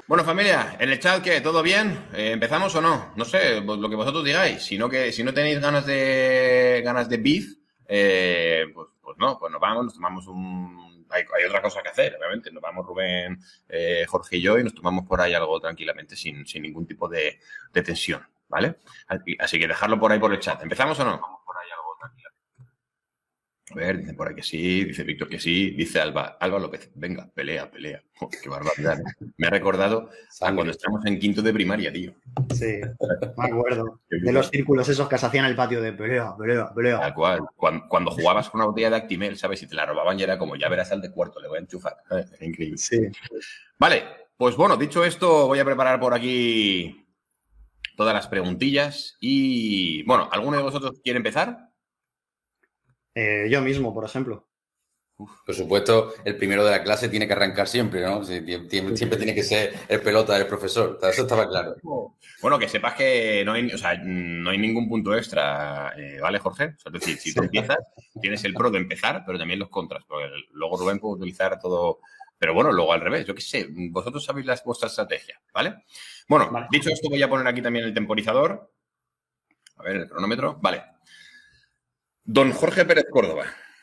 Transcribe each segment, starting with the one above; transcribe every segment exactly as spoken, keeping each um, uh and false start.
Bueno, familia, en el chat, ¿qué? ¿Todo bien? Eh, ¿Empezamos o no? No sé, pues lo que vosotros digáis. Si no, que, si no tenéis ganas de ganas de beef, eh, pues, pues no, pues nos vamos, nos tomamos un... Hay, hay otra cosa que hacer, obviamente. Nos vamos Rubén, eh, Jorge y yo y nos tomamos por ahí algo tranquilamente, sin, sin ningún tipo de, de tensión, ¿vale? Así que dejarlo por ahí por el chat. ¿Empezamos o no? A ver, dice por ahí que sí, dice Víctor que sí, dice Alba, Alba López, venga, pelea, pelea. Oh, qué barbaridad. Me ha recordado a cuando estábamos en quinto de primaria, tío. Sí, me acuerdo. De los círculos esos que se hacían en el patio de pelea, pelea, pelea. Tal cual. Cuando, cuando jugabas con una botella de Actimel, ¿sabes? Si te la robaban ya era como, ya verás al de cuarto, le voy a enchufar. Eh, increíble. Sí. Vale, pues bueno, dicho esto, voy a preparar por aquí todas las preguntillas y, bueno, ¿alguno de vosotros quiere empezar? Eh, yo mismo, por ejemplo. Uf. Por supuesto, el primero de la clase tiene que arrancar siempre, ¿no? Siempre tiene que ser el pelota del profesor. Eso estaba claro. Bueno, que sepas que no hay, o sea, no hay ningún punto extra, eh, ¿vale, Jorge? O sea, es decir, si tú empiezas, tienes el pro de empezar, pero también los contras, porque luego Rubén puede utilizar todo... Pero bueno, luego al revés, yo qué sé, vosotros sabéis las, vuestra estrategia, ¿vale? Bueno, vale. Dicho esto, voy a poner aquí también el temporizador. A ver, el cronómetro. Vale. Don Jorge Pérez Córdoba.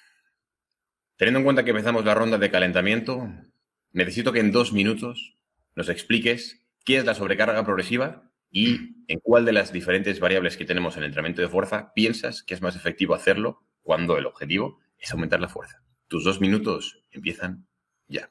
Teniendo en cuenta que empezamos la ronda de calentamiento, necesito que en dos minutos nos expliques qué es la sobrecarga progresiva y en cuál de las diferentes variables que tenemos en el entrenamiento de fuerza piensas que es más efectivo hacerlo cuando el objetivo es aumentar la fuerza. Tus dos minutos empiezan ya.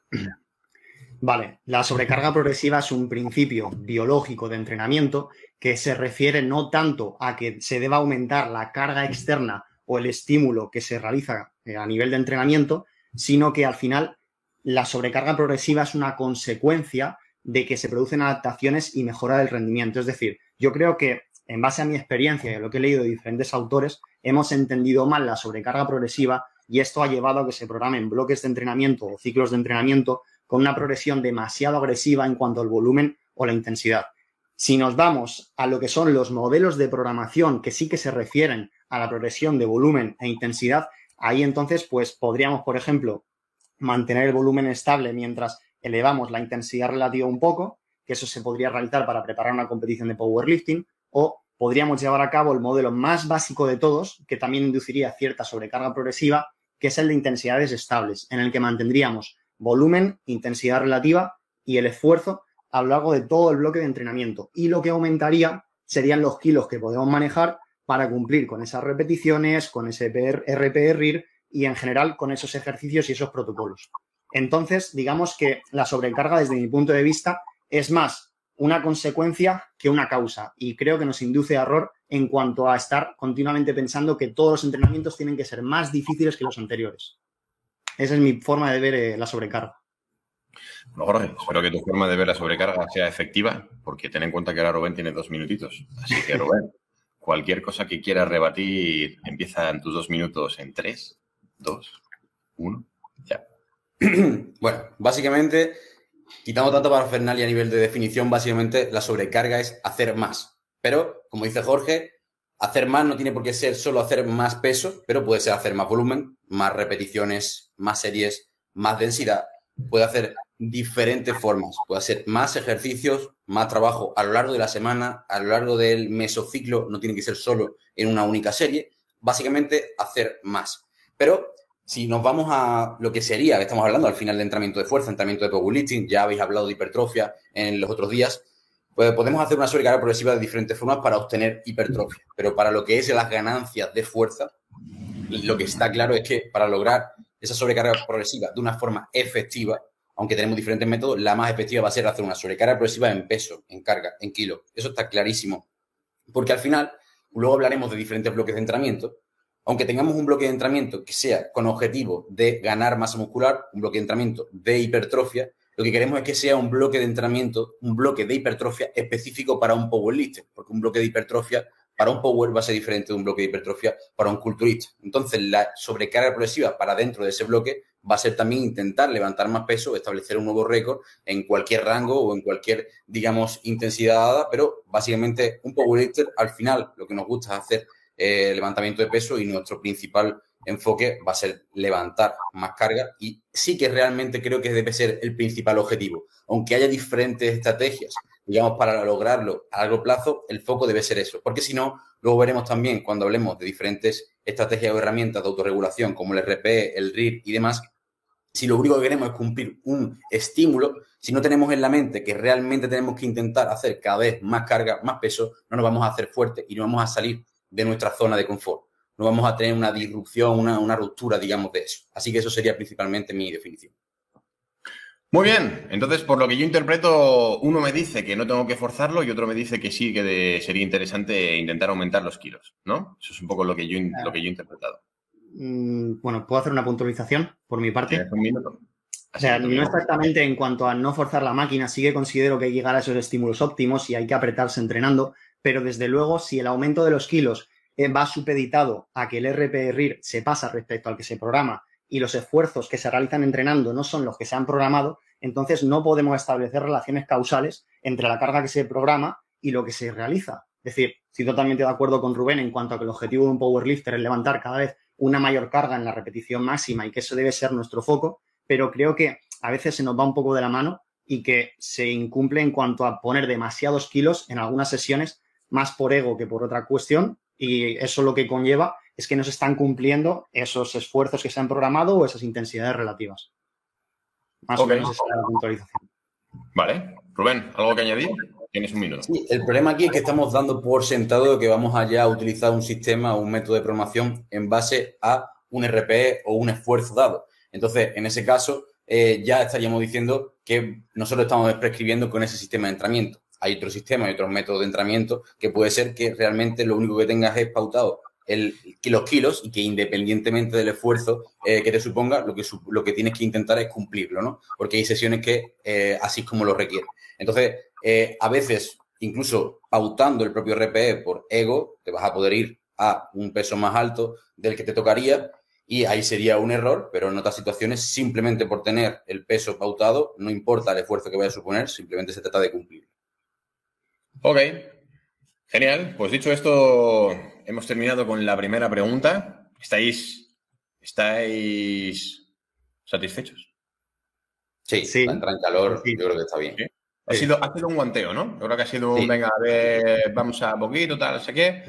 Vale, la sobrecarga progresiva es un principio biológico de entrenamiento que se refiere no tanto a que se deba aumentar la carga externa o el estímulo que se realiza a nivel de entrenamiento, sino que al final la sobrecarga progresiva es una consecuencia de que se producen adaptaciones y mejora del rendimiento. Es decir, yo creo que en base a mi experiencia y a lo que he leído de diferentes autores, hemos entendido mal la sobrecarga progresiva y esto ha llevado a que se programen bloques de entrenamiento o ciclos de entrenamiento con una progresión demasiado agresiva en cuanto al volumen o la intensidad. Si nos vamos a lo que son los modelos de programación que sí que se refieren a la progresión de volumen e intensidad, ahí entonces pues podríamos, por ejemplo, mantener el volumen estable mientras elevamos la intensidad relativa un poco, que eso se podría realizar para preparar una competición de powerlifting, o podríamos llevar a cabo el modelo más básico de todos, que también induciría cierta sobrecarga progresiva, que es el de intensidades estables, en el que mantendríamos volumen, intensidad relativa y el esfuerzo a lo largo de todo el bloque de entrenamiento. Y lo que aumentaría serían los kilos que podemos manejar para cumplir con esas repeticiones, con ese R P R I R y en general con esos ejercicios y esos protocolos. Entonces, digamos que la sobrecarga desde mi punto de vista es más una consecuencia que una causa y creo que nos induce a error en cuanto a estar continuamente pensando que todos los entrenamientos tienen que ser más difíciles que los anteriores. Esa es mi forma de ver eh, la sobrecarga. Bueno, Jorge, espero que tu forma de ver la sobrecarga sea efectiva, porque ten en cuenta que ahora Rubén tiene dos minutitos. Así que, Rubén, cualquier cosa que quieras rebatir, empieza en tus dos minutos en tres, dos, uno, ya. Bueno, básicamente, quitando tanto para Fernández a nivel de definición, básicamente la sobrecarga es hacer más. Pero, como dice Jorge, hacer más no tiene por qué ser solo hacer más peso, pero puede ser hacer más volumen, más repeticiones, más series, más densidad. Puede hacer diferentes formas. Puede hacer más ejercicios, más trabajo a lo largo de la semana, a lo largo del mesociclo. No tiene que ser solo en una única serie. Básicamente, hacer más. Pero si nos vamos a lo que sería, que estamos hablando al final de entrenamiento de fuerza, entrenamiento de powerlifting, ya habéis hablado de hipertrofia en los otros días, pues podemos hacer una sobrecarga progresiva de diferentes formas para obtener hipertrofia. Pero para lo que es las ganancias de fuerza, lo que está claro es que para lograr esa sobrecarga progresiva de una forma efectiva, aunque tenemos diferentes métodos, la más efectiva va a ser hacer una sobrecarga progresiva en peso, en carga, en kilo. Eso está clarísimo. Porque al final, luego hablaremos de diferentes bloques de entrenamiento. Aunque tengamos un bloque de entrenamiento que sea con objetivo de ganar masa muscular, un bloque de entrenamiento de hipertrofia, lo que queremos es que sea un bloque de entrenamiento, un bloque de hipertrofia específico para un powerlifter, porque un bloque de hipertrofia para un power va a ser diferente de un bloque de hipertrofia para un culturista. Entonces, la sobrecarga progresiva para dentro de ese bloque va a ser también intentar levantar más peso, establecer un nuevo récord en cualquier rango o en cualquier, digamos, intensidad dada, pero básicamente un powerlifter, al final, lo que nos gusta es hacer eh, levantamiento de peso y nuestro principal enfoque va a ser levantar más carga y sí que realmente creo que debe ser el principal objetivo. Aunque haya diferentes estrategias, digamos, para lograrlo a largo plazo, el foco debe ser eso. Porque si no, luego veremos también cuando hablemos de diferentes estrategias o herramientas de autorregulación como el R P E, el R I R y demás, si lo único que queremos es cumplir un estímulo, si no tenemos en la mente que realmente tenemos que intentar hacer cada vez más carga, más peso, no nos vamos a hacer fuertes y no vamos a salir de nuestra zona de confort. No vamos a tener una disrupción, una, una ruptura, digamos, de eso. Así que eso sería principalmente mi definición. Muy bien. Entonces, por lo que yo interpreto, uno me dice que no tengo que forzarlo y otro me dice que sí, que de, sería interesante intentar aumentar los kilos, ¿no? Eso es un poco lo que yo, lo que yo he interpretado. Bueno, ¿puedo hacer una puntualización por mi parte? ¿Tienes un minuto? O sea, no exactamente en cuanto a no forzar la máquina, sí que considero que hay que llegar a esos estímulos óptimos y hay que apretarse entrenando, pero desde luego si el aumento de los kilos va supeditado a que el R P E R I R se pasa respecto al que se programa y los esfuerzos que se realizan entrenando no son los que se han programado, entonces no podemos establecer relaciones causales entre la carga que se programa y lo que se realiza. Es decir, estoy totalmente de acuerdo con Rubén en cuanto a que el objetivo de un powerlifter es levantar cada vez una mayor carga en la repetición máxima y que eso debe ser nuestro foco, pero creo que a veces se nos va un poco de la mano y que se incumple en cuanto a poner demasiados kilos en algunas sesiones, más por ego que por otra cuestión, y eso lo que conlleva es que no se están cumpliendo esos esfuerzos que se han programado o esas intensidades relativas. Más okay. o menos esa es la puntualización. Vale. Rubén, ¿algo que añadir? Tienes un minuto. Sí, el problema aquí es que estamos dando por sentado que vamos allá a utilizar un sistema o un método de programación en base a un R P E o un esfuerzo dado. Entonces, en ese caso, eh, ya estaríamos diciendo que nosotros estamos prescribiendo con ese sistema de entrenamiento. Hay otros sistemas y otros métodos de entrenamiento que puede ser que realmente lo único que tengas es pautado el, los kilos y que independientemente del esfuerzo eh, que te suponga, lo que, lo que tienes que intentar es cumplirlo, ¿no? Porque hay sesiones que eh, así es como lo requieren. Entonces, eh, a veces, incluso pautando el propio R P E por ego, te vas a poder ir a un peso más alto del que te tocaría y ahí sería un error, pero en otras situaciones, simplemente por tener el peso pautado, no importa el esfuerzo que vaya a suponer, simplemente se trata de cumplir. Ok, genial. Pues dicho esto, hemos terminado con la primera pregunta. ¿Estáis, estáis satisfechos? Sí, sí. Para entrar en calor, sí. Yo creo que está bien. ¿Sí? Ha, sí. sido, ha sido un guanteo, ¿no? Yo creo que ha sido un, sí. venga, a ver, vamos a poquito, tal, no sé qué.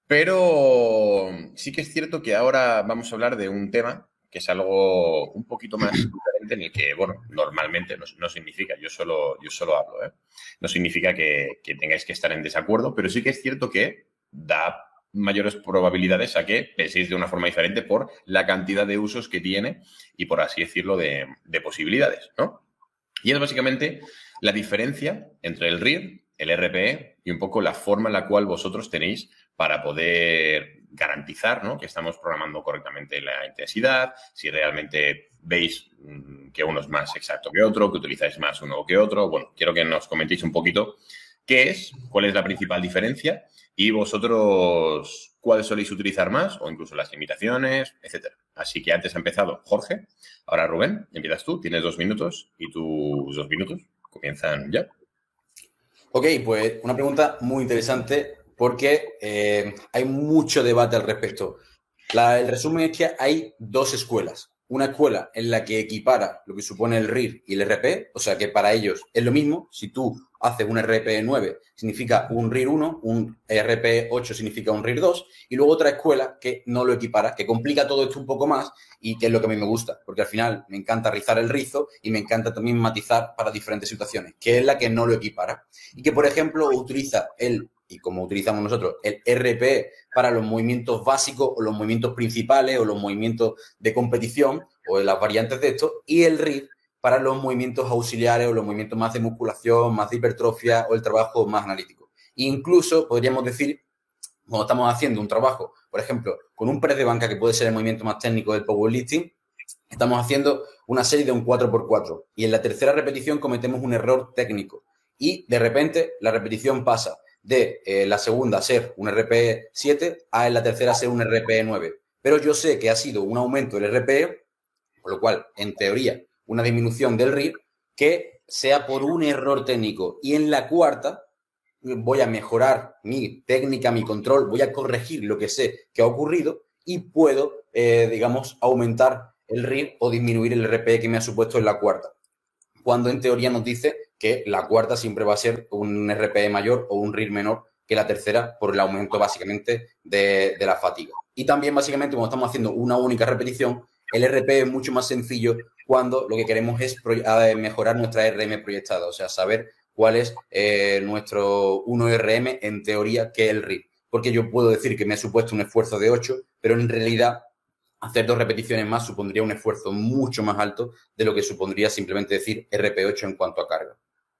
Pero sí que es cierto que ahora vamos a hablar de un tema que es algo un poquito más diferente en el que, bueno, normalmente no, no significa, yo solo, yo solo hablo, ¿eh? No significa que, que tengáis que estar en desacuerdo, pero sí que es cierto que da mayores probabilidades a que penséis de una forma diferente por la cantidad de usos que tiene y, por así decirlo, de, de posibilidades, ¿no? Y es básicamente la diferencia entre el R I R, el R P E y un poco la forma en la cual vosotros tenéis para poder garantizar, ¿no?, que estamos programando correctamente la intensidad, si realmente veis que uno es más exacto que otro, que utilizáis más uno que otro. Bueno, quiero que nos comentéis un poquito qué es, cuál es la principal diferencia y vosotros cuál soléis utilizar más o incluso las limitaciones, etcétera. Así que antes ha empezado Jorge, ahora Rubén, empiezas tú, tienes dos minutos y tus dos minutos comienzan ya. Ok, pues una pregunta muy interesante porque eh, hay mucho debate al respecto. La, el resumen es que hay dos escuelas. Una escuela en la que equipara lo que supone el R I R y el R P E, o sea que para ellos es lo mismo. Si tú haces un R P E nueve, significa un R I R uno, un R P E ocho significa un R I R dos, y luego otra escuela que no lo equipara, que complica todo esto un poco más y que es lo que a mí me gusta, porque al final me encanta rizar el rizo y me encanta también matizar para diferentes situaciones, que es la que no lo equipara. Y que, por ejemplo, utiliza el, y como utilizamos nosotros, el R P E para los movimientos básicos o los movimientos principales o los movimientos de competición o las variantes de esto, y el R I R para los movimientos auxiliares o los movimientos más de musculación, más de hipertrofia o el trabajo más analítico. Incluso podríamos decir, cuando estamos haciendo un trabajo, por ejemplo, con un press de banca, que puede ser el movimiento más técnico del powerlifting, estamos haciendo una serie de un cuatro por cuatro y en la tercera repetición cometemos un error técnico y de repente la repetición pasa de eh, la segunda ser un R P E siete a en la tercera ser un R P E nueve. Pero yo sé que ha sido un aumento del R P E, con lo cual, en teoría, una disminución del R I R, que sea por un error técnico. Y en la cuarta voy a mejorar mi técnica, mi control, voy a corregir lo que sé que ha ocurrido y puedo, eh, digamos, aumentar el R I R o disminuir el R P E que me ha supuesto en la cuarta. Cuando en teoría nos dice que la cuarta siempre va a ser un R P E mayor o un R I R menor que la tercera por el aumento básicamente de, de la fatiga. Y también básicamente cuando estamos haciendo una única repetición, el R P E es mucho más sencillo cuando lo que queremos es mejorar nuestra R M proyectada, o sea, saber cuál es eh, nuestro uno R M en teoría que es el R I R. Porque yo puedo decir que me ha supuesto un esfuerzo de ocho, pero en realidad hacer dos repeticiones más supondría un esfuerzo mucho más alto de lo que supondría simplemente decir R P ocho en cuanto a carga.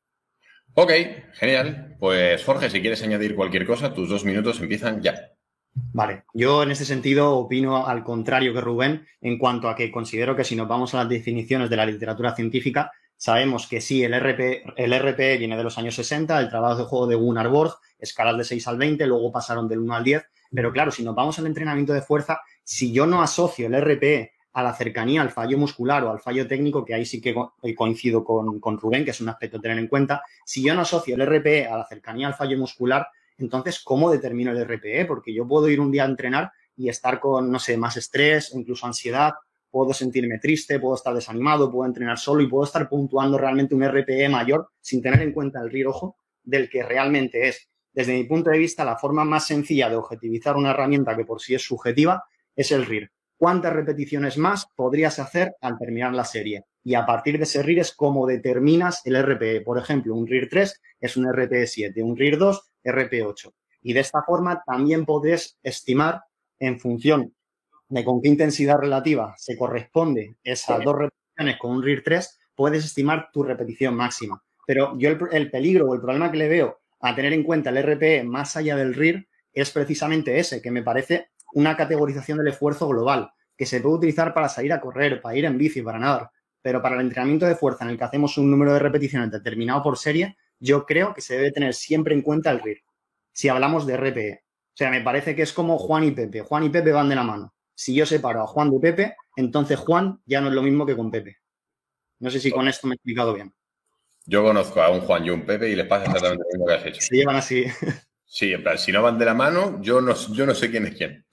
Ok, genial. Pues Jorge, si quieres añadir cualquier cosa, tus dos minutos empiezan ya. Vale, yo en ese sentido opino al contrario que Rubén en cuanto a que considero que si nos vamos a las definiciones de la literatura científica, sabemos que sí, el R P, el R P E viene de los años sesenta, el trabajo de juego de Gunnar Borg, escalas de seis al veinte, luego pasaron del uno al diez, pero claro, si nos vamos al entrenamiento de fuerza, si yo no asocio el R P E a la cercanía al fallo muscular o al fallo técnico, que ahí sí que coincido con, con Rubén, que es un aspecto a tener en cuenta, si yo no asocio el R P E a la cercanía al fallo muscular, entonces, ¿cómo determino el R P E? Porque yo puedo ir un día a entrenar y estar con, no sé, más estrés, incluso ansiedad, puedo sentirme triste, puedo estar desanimado, puedo entrenar solo y puedo estar puntuando realmente un R P E mayor sin tener en cuenta el R I R, ojo, del que realmente es. Desde mi punto de vista, la forma más sencilla de objetivizar una herramienta que por sí es subjetiva es el R I R. ¿Cuántas repeticiones más podrías hacer al terminar la serie? Y a partir de ese R I R es cómo determinas el R P E. Por ejemplo, un R I R tres es un R P E siete, un R I R dos, R P E ocho. Y de esta forma también podrías estimar en función de con qué intensidad relativa se corresponde esas dos repeticiones con un R I R tres, puedes estimar tu repetición máxima. Pero yo el, el peligro o el problema que le veo a tener en cuenta el R P E más allá del R I R es precisamente ese, que me parece una categorización del esfuerzo global, que se puede utilizar para salir a correr, para ir en bici, para nadar. Pero para el entrenamiento de fuerza en el que hacemos un número de repeticiones determinado por serie, yo creo que se debe tener siempre en cuenta el R I R, si hablamos de R P E. O sea, me parece que es como Juan y Pepe. Juan y Pepe van de la mano. Si yo separo a Juan de Pepe, entonces Juan ya no es lo mismo que con Pepe. No sé si con esto me he explicado bien. Yo conozco a un Juan y un Pepe y les pasa exactamente lo mismo que has hecho. Se llevan así. Sí, en plan, si no van de la mano, yo no, yo no sé quién es quién.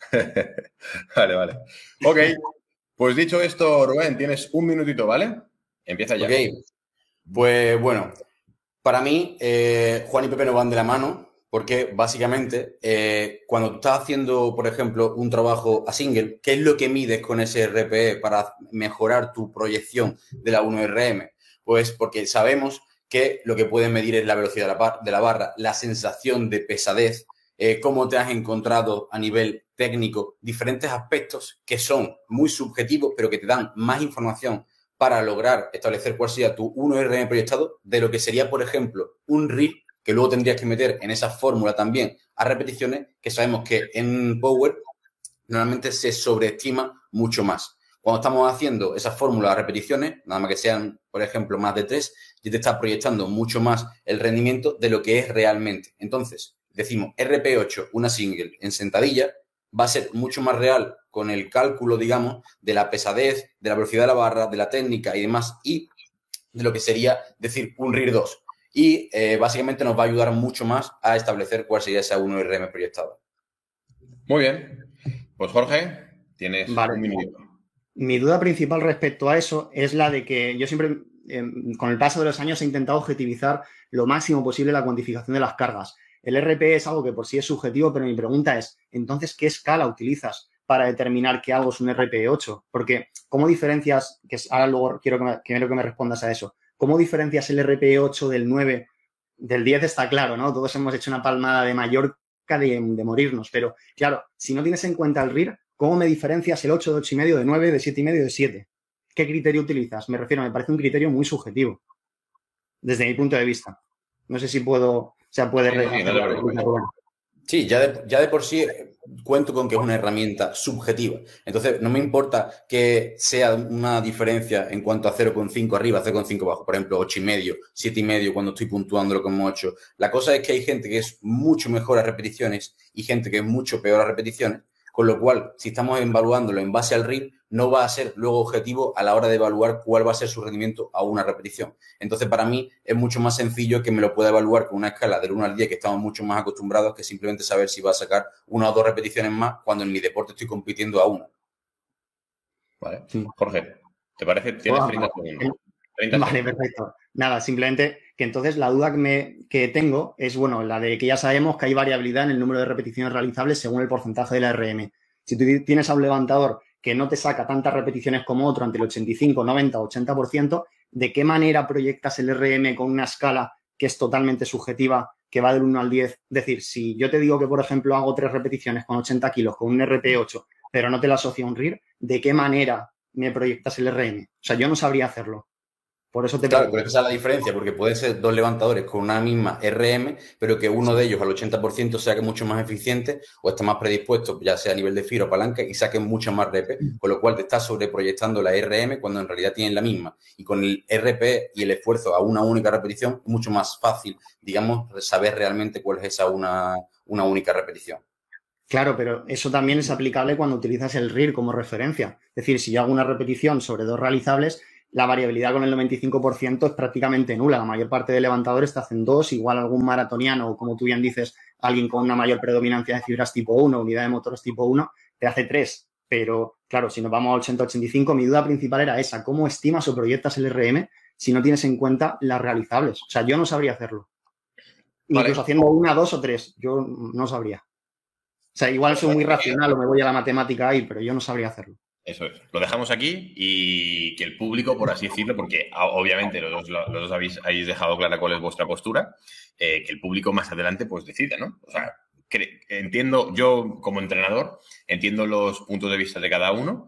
Vale, vale. Ok, pues dicho esto, Rubén, tienes un minutito, ¿vale? Empieza ya. Ok, pues bueno, para mí, eh, Juan y Pepe no van de la mano porque básicamente eh, cuando tú estás haciendo, por ejemplo, un trabajo a single, ¿qué es lo que mides con ese R P E para mejorar tu proyección de la uno R M? Pues porque sabemos que lo que pueden medir es la velocidad de la, bar- de la barra, la sensación de pesadez, eh, cómo te has encontrado a nivel técnico, diferentes aspectos que son muy subjetivos, pero que te dan más información para lograr establecer cuál sería tu uno R M proyectado de lo que sería, por ejemplo, un R I R que luego tendrías que meter en esa fórmula también a repeticiones que sabemos que en Power normalmente se sobreestima mucho más. Cuando estamos haciendo esas fórmulas a repeticiones, nada más que sean, por ejemplo, más de tres, ya te está proyectando mucho más el rendimiento de lo que es realmente. Entonces, decimos R P ocho, una single en sentadilla, va a ser mucho más real con el cálculo, digamos, de la pesadez, de la velocidad de la barra, de la técnica y demás, y de lo que sería decir un R I R dos. Y eh, básicamente nos va a ayudar mucho más a establecer cuál sería esa uno R M proyectada. Muy bien. Pues Jorge, tienes Vale. un minuto. Mi duda principal respecto a eso es la de que yo siempre, eh, con el paso de los años, he intentado objetivizar lo máximo posible la cuantificación de las cargas. El R P E es algo que por sí es subjetivo, pero mi pregunta es, entonces, ¿qué escala utilizas para determinar que algo es un R P E ocho? Porque, ¿cómo diferencias, que ahora luego quiero que me, quiero que me respondas a eso, ¿cómo diferencias el R P E ocho del nueve? Del diez está claro, ¿no? Todos hemos hecho una palmada de Mallorca de, de morirnos, pero claro, si no tienes en cuenta el R I R, ¿cómo me diferencias el ocho de ocho y medio, de nueve, de siete y medio, de siete? ¿Qué criterio utilizas? Me refiero, me parece un criterio muy subjetivo, desde mi punto de vista. No sé si puedo, o sea, puede... Sí, sí, no te preocupes. Sí, ya de, ya de por sí cuento con que es una herramienta subjetiva. Entonces, no me importa que sea una diferencia en cuanto a cero coma cinco arriba, cero coma cinco abajo, por ejemplo, ocho y medio, siete y medio cuando estoy puntuándolo como ocho. La cosa es que hay gente que es mucho mejor a repeticiones y gente que es mucho peor a repeticiones, con lo cual, si estamos evaluándolo en base al R I R, no va a ser luego objetivo a la hora de evaluar cuál va a ser su rendimiento a una repetición. Entonces, para mí es mucho más sencillo que me lo pueda evaluar con una escala del uno al diez, que estamos mucho más acostumbrados, que simplemente saber si va a sacar una o dos repeticiones más cuando en mi deporte estoy compitiendo a una. Vale. Jorge, ¿te parece? Tienes treinta segundos. Vale, perfecto. Nada, simplemente que entonces la duda que, me, que tengo es, bueno, la de que ya sabemos que hay variabilidad en el número de repeticiones realizables según el porcentaje de la R M. Si tú tienes a un levantador que no te saca tantas repeticiones como otro, ante el ochenta y cinco, noventa, ochenta por ciento, ¿de qué manera proyectas el R M con una escala que es totalmente subjetiva, que va del uno al diez? Es decir, si yo te digo que, por ejemplo, hago tres repeticiones con ochenta kilos, con un R P ocho, pero no te la asocio a un R I R, ¿de qué manera me proyectas el R M? O sea, yo no sabría hacerlo. Por eso te Claro, pregunto. pero esa es la diferencia, porque pueden ser dos levantadores con una misma R M, pero que uno de ellos al ochenta por ciento sea que mucho más eficiente o esté más predispuesto, ya sea a nivel de F I R o palanca, y saque muchas más R P, con lo cual te estás sobreproyectando la R M cuando en realidad tienen la misma. Y con el R P y el esfuerzo a una única repetición, es mucho más fácil, digamos, saber realmente cuál es esa una, una única repetición. Claro, pero eso también es aplicable cuando utilizas el R I R como referencia. Es decir, si yo hago una repetición sobre dos realizables, la variabilidad con el noventa y cinco por ciento es prácticamente nula. La mayor parte de levantadores te hacen dos, igual algún maratoniano o, como tú bien dices, alguien con una mayor predominancia de fibras tipo uno, unidad de motores tipo uno, te hace tres. Pero, claro, si nos vamos a ochenta ochenta y cinco, mi duda principal era esa. ¿Cómo estimas o proyectas el R M si no tienes en cuenta las realizables? O sea, yo no sabría hacerlo. Vale. Incluso haciendo una, dos o tres, yo no sabría. O sea, igual soy muy racional o me voy a la matemática ahí, pero yo no sabría hacerlo. Eso es. Lo dejamos aquí y que el público, por así decirlo, porque obviamente los dos, los dos habéis, habéis dejado clara cuál es vuestra postura, eh, que el público más adelante pues decida, ¿no? O sea, que, entiendo, yo como entrenador, entiendo los puntos de vista de cada uno,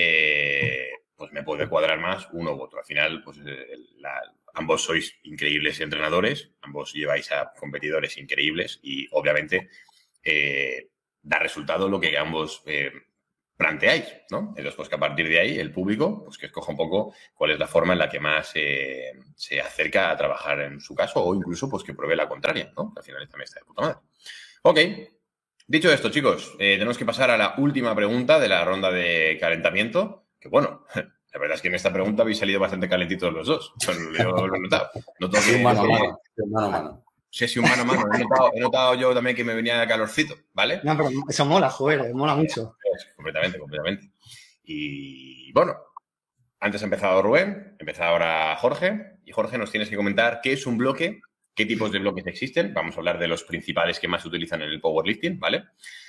eh, pues me puede cuadrar más uno u otro. Al final, pues la, ambos sois increíbles entrenadores, ambos lleváis a competidores increíbles y obviamente eh, da resultado lo que ambos... Eh, planteáis, ¿no? Entonces, pues que a partir de ahí el público, pues que escoja un poco cuál es la forma en la que más eh, se acerca a trabajar en su caso o incluso pues que pruebe la contraria, ¿no? Al final también está de puta madre. Ok. Dicho esto, chicos, eh, tenemos que pasar a la última pregunta de la ronda de calentamiento, que bueno, la verdad es que en esta pregunta habéis salido bastante calentitos los dos. Yo, yo lo he notado. Noto que, mano, que, mano, mano, mano. Sí, sí, un mano a mano. He notado, he notado yo también que me venía de calorcito, ¿vale? No, pero eso mola, joder, mola mucho. Completamente, completamente. Y bueno, antes ha empezado Rubén, empieza ahora Jorge. Y Jorge, nos tienes que comentar qué es un bloque, qué tipos de bloques existen. Vamos a hablar de los principales que más se utilizan en el powerlifting, ¿vale?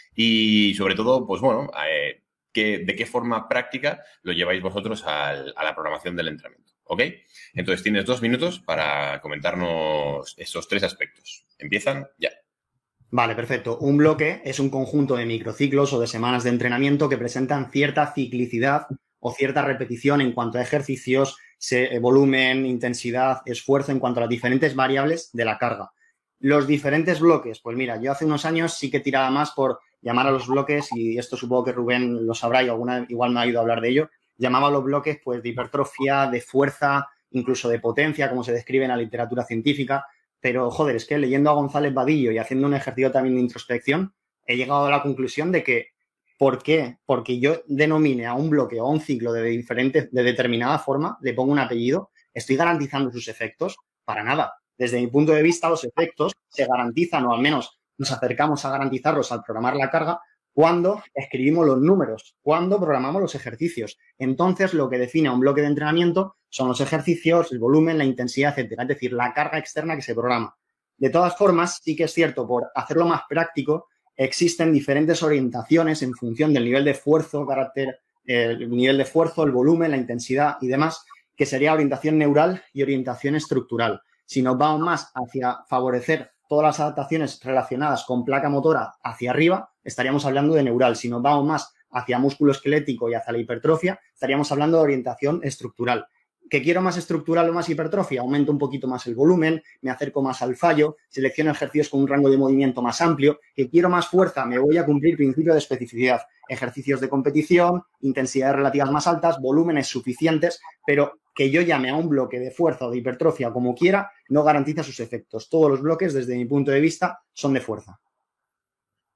Y sobre todo, pues bueno, eh, que, de qué forma práctica lo lleváis vosotros al, a la programación del entrenamiento. ¿Ok? Entonces tienes dos minutos para comentarnos esos tres aspectos. Empiezan ya. Vale, perfecto. Un bloque es un conjunto de microciclos o de semanas de entrenamiento que presentan cierta ciclicidad o cierta repetición en cuanto a ejercicios, volumen, intensidad, esfuerzo, en cuanto a las diferentes variables de la carga. Los diferentes bloques, pues mira, yo hace unos años sí que tiraba más por llamar a los bloques, y esto supongo que Rubén lo sabrá y alguna igual me ha oído hablar de ello, llamaba a los bloques pues de hipertrofia, de fuerza, incluso de potencia, como se describe en la literatura científica. Pero, joder, es que leyendo a González Vadillo y haciendo un ejercicio también de introspección, he llegado a la conclusión de que, ¿por qué? Porque yo denomine a un bloque o a un ciclo de, diferentes, de determinada forma, le pongo un apellido, ¿estoy garantizando sus efectos? Para nada. Desde mi punto de vista, los efectos se garantizan, o al menos nos acercamos a garantizarlos al programar la carga, cuando escribimos los números, cuando programamos los ejercicios. Entonces, lo que define a un bloque de entrenamiento son los ejercicios, el volumen, la intensidad, etcétera. Es decir, la carga externa que se programa. De todas formas, sí que es cierto, por hacerlo más práctico, existen diferentes orientaciones en función del nivel de esfuerzo, carácter, el nivel de esfuerzo, el volumen, la intensidad y demás, que sería orientación neural y orientación estructural. Si nos vamos más hacia favorecer todas las adaptaciones relacionadas con placa motora hacia arriba, estaríamos hablando de neural. Si nos vamos más hacia músculo esquelético y hacia la hipertrofia, estaríamos hablando de orientación estructural. ¿Que quiero más estructural o más hipertrofia? Aumento un poquito más el volumen, me acerco más al fallo, selecciono ejercicios con un rango de movimiento más amplio. ¿Que quiero más fuerza? Me voy a cumplir principio de especificidad. Ejercicios de competición, intensidades relativas más altas, volúmenes suficientes, pero que yo llame a un bloque de fuerza o de hipertrofia como quiera, no garantiza sus efectos. Todos los bloques, desde mi punto de vista, son de fuerza.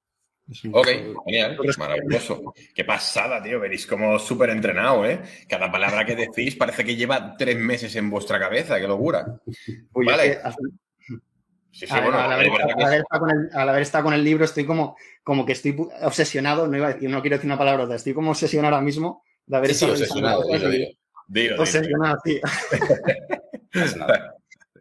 Ok, genial, maravilloso. Qué pasada, tío, veréis como súper entrenado, ¿eh? Cada palabra que decís parece que lleva tres meses en vuestra cabeza, qué locura. Uy, vale. es que, al, sí, sí, al, bueno, al, haber, es verdad al, que haber es... estado con el, al haber estado con el libro estoy como, como que estoy obsesionado, no iba a decir, no quiero decir una palabra, estoy como obsesionado ahora mismo de haber Sí, sí, estado revisando obsesionado, dilo, cosas y- dilo. Dilo, dilo. obsesionado, sí. No pasa nada.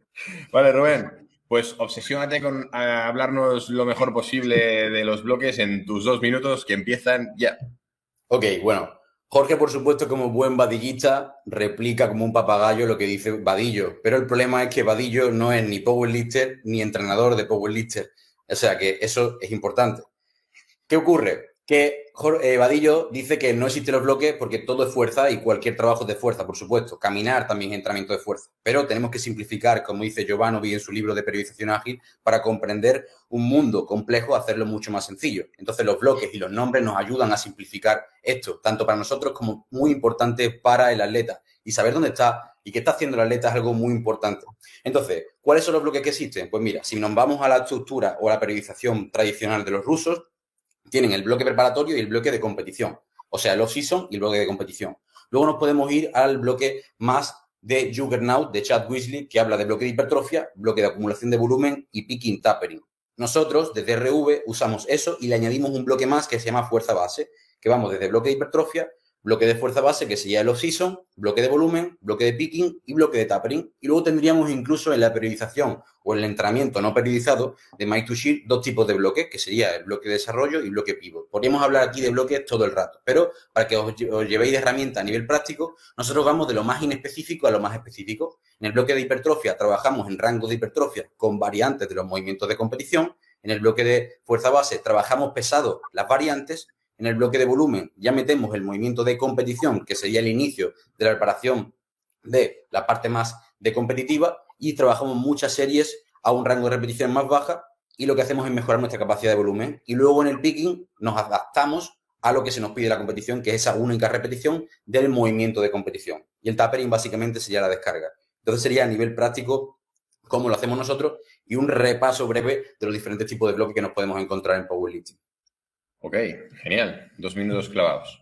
Vale, Rubén, pues obsesiónate con eh, hablarnos lo mejor posible de los bloques en tus dos minutos que empiezan ya. Ok, bueno. Jorge, por supuesto, como buen vadillista, replica como un papagayo lo que dice Vadillo. Pero el problema es que Vadillo no es ni powerlifter ni entrenador de powerlifter. O sea que eso es importante. ¿Qué ocurre? Que eh, Vadillo dice que no existen los bloques porque todo es fuerza y cualquier trabajo es de fuerza, por supuesto. Caminar también es entrenamiento de fuerza. Pero tenemos que simplificar, como dice Jovanovic en su libro de periodización ágil, para comprender un mundo complejo, hacerlo mucho más sencillo. Entonces los bloques y los nombres nos ayudan a simplificar esto, tanto para nosotros como muy importante para el atleta. Y saber dónde está y qué está haciendo el atleta es algo muy importante. Entonces, ¿cuáles son los bloques que existen? Pues mira, si nos vamos a la estructura o a la periodización tradicional de los rusos, tienen el bloque preparatorio y el bloque de competición. O sea, el off-season y el bloque de competición. Luego nos podemos ir al bloque más de Juggernaut, de Chad Weasley, que habla de bloque de hipertrofia, bloque de acumulación de volumen y picking tapering. Nosotros, desde R V, usamos eso y le añadimos un bloque más que se llama fuerza base, que vamos desde bloque de hipertrofia, bloque de fuerza base, que sería el off-season, bloque de volumen, bloque de picking y bloque de tapering. Y luego tendríamos incluso en la periodización o en el entrenamiento no periodizado de Mike Tuchscherer dos tipos de bloques, que sería el bloque de desarrollo y bloque pivot. Podríamos hablar aquí de bloques todo el rato, pero para que os, os llevéis de herramienta a nivel práctico, nosotros vamos de lo más inespecífico a lo más específico. En el bloque de hipertrofia trabajamos en rangos de hipertrofia con variantes de los movimientos de competición. En el bloque de fuerza base trabajamos pesado las variantes. En el bloque de volumen ya metemos el movimiento de competición, que sería el inicio de la preparación de la parte más de competitiva, y trabajamos muchas series a un rango de repetición más baja y lo que hacemos es mejorar nuestra capacidad de volumen. Y luego en el picking nos adaptamos a lo que se nos pide la competición, que es esa única repetición del movimiento de competición. Y el tapering básicamente sería la descarga. Entonces sería a nivel práctico cómo lo hacemos nosotros y un repaso breve de los diferentes tipos de bloques que nos podemos encontrar en powerlifting. Ok, genial. Dos minutos clavados.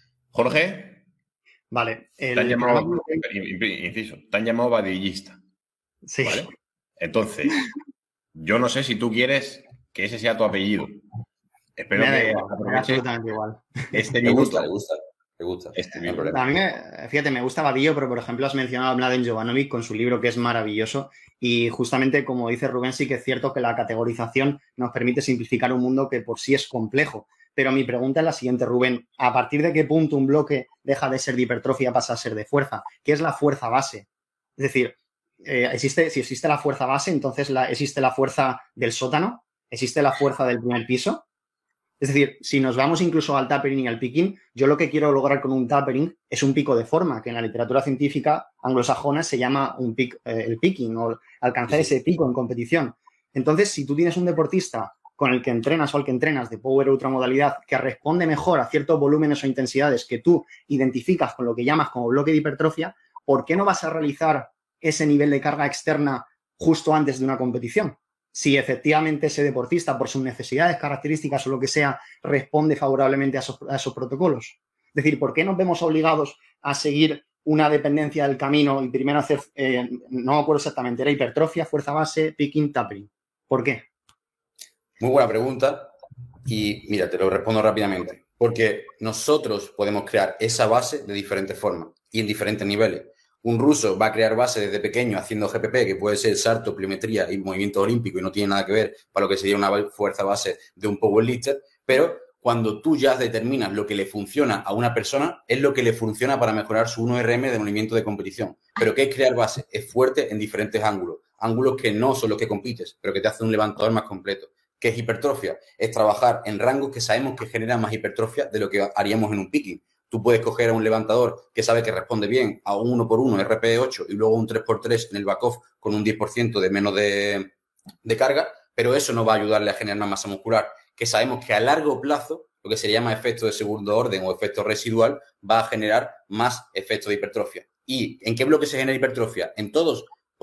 Jorge. Vale. El... Te han llamado, inciso, te han llamado vadillista. Sí. ¿Vale? Entonces, yo no sé si tú quieres que ese sea tu apellido. Espero me que igual, aproveche absolutamente igual. este me minuto. gusta, me gusta. Me gusta. Este no hay problema. A mí, me, fíjate, me gusta Vadillo, pero por ejemplo has mencionado a Mladen Jovanovic con su libro que es maravilloso y justamente como dice Rubén sí que es cierto que la categorización nos permite simplificar un mundo que por sí es complejo. Pero mi pregunta es la siguiente, Rubén. ¿A partir de qué punto un bloque deja de ser de hipertrofia y pasa a ser de fuerza? ¿Qué es la fuerza base? Es decir, eh, existe, si existe la fuerza base, entonces la, existe la fuerza del sótano, existe la fuerza del primer piso. Es decir, si nos vamos incluso al tapering y al picking, yo lo que quiero lograr con un tapering es un pico de forma, que en la literatura científica anglosajona se llama un pic, eh, el picking o alcanzar ese pico en competición. Entonces, si tú tienes un deportista con el que entrenas o al que entrenas de power ultramodalidad que responde mejor a ciertos volúmenes o intensidades que tú identificas con lo que llamas como bloque de hipertrofia, ¿por qué no vas a realizar ese nivel de carga externa justo antes de una competición? Si efectivamente ese deportista, por sus necesidades, características o lo que sea, responde favorablemente a esos, a esos protocolos. Es decir, ¿por qué nos vemos obligados a seguir una dependencia del camino y primero hacer, eh, no me acuerdo exactamente, era hipertrofia, fuerza base, picking, tapering? ¿Por qué? Muy buena pregunta y mira, te lo respondo rápidamente. Porque nosotros podemos crear esa base de diferentes formas y en diferentes niveles. Un ruso va a crear base desde pequeño haciendo G P P, que puede ser salto, pliometría y movimiento olímpico y no tiene nada que ver para lo que sería una fuerza base de un powerlifter, pero cuando tú ya determinas lo que le funciona a una persona, es lo que le funciona para mejorar su uno R M de movimiento de competición. ¿Pero qué es crear base? Es fuerte en diferentes ángulos. Ángulos que no son los que compites, pero que te hacen un levantador más completo. ¿Qué es hipertrofia? Es trabajar en rangos que sabemos que generan más hipertrofia de lo que haríamos en un picking. Tú puedes coger a un levantador que sabe que responde bien a un uno por uno R P E ocho y luego un tres por tres en el back-off con un diez por ciento de menos de, de carga, pero eso no va a ayudarle a generar más masa muscular, que sabemos que a largo plazo, lo que se llama efecto de segundo orden o efecto residual, va a generar más efecto de hipertrofia. ¿Y en qué bloque se genera hipertrofia? En todos.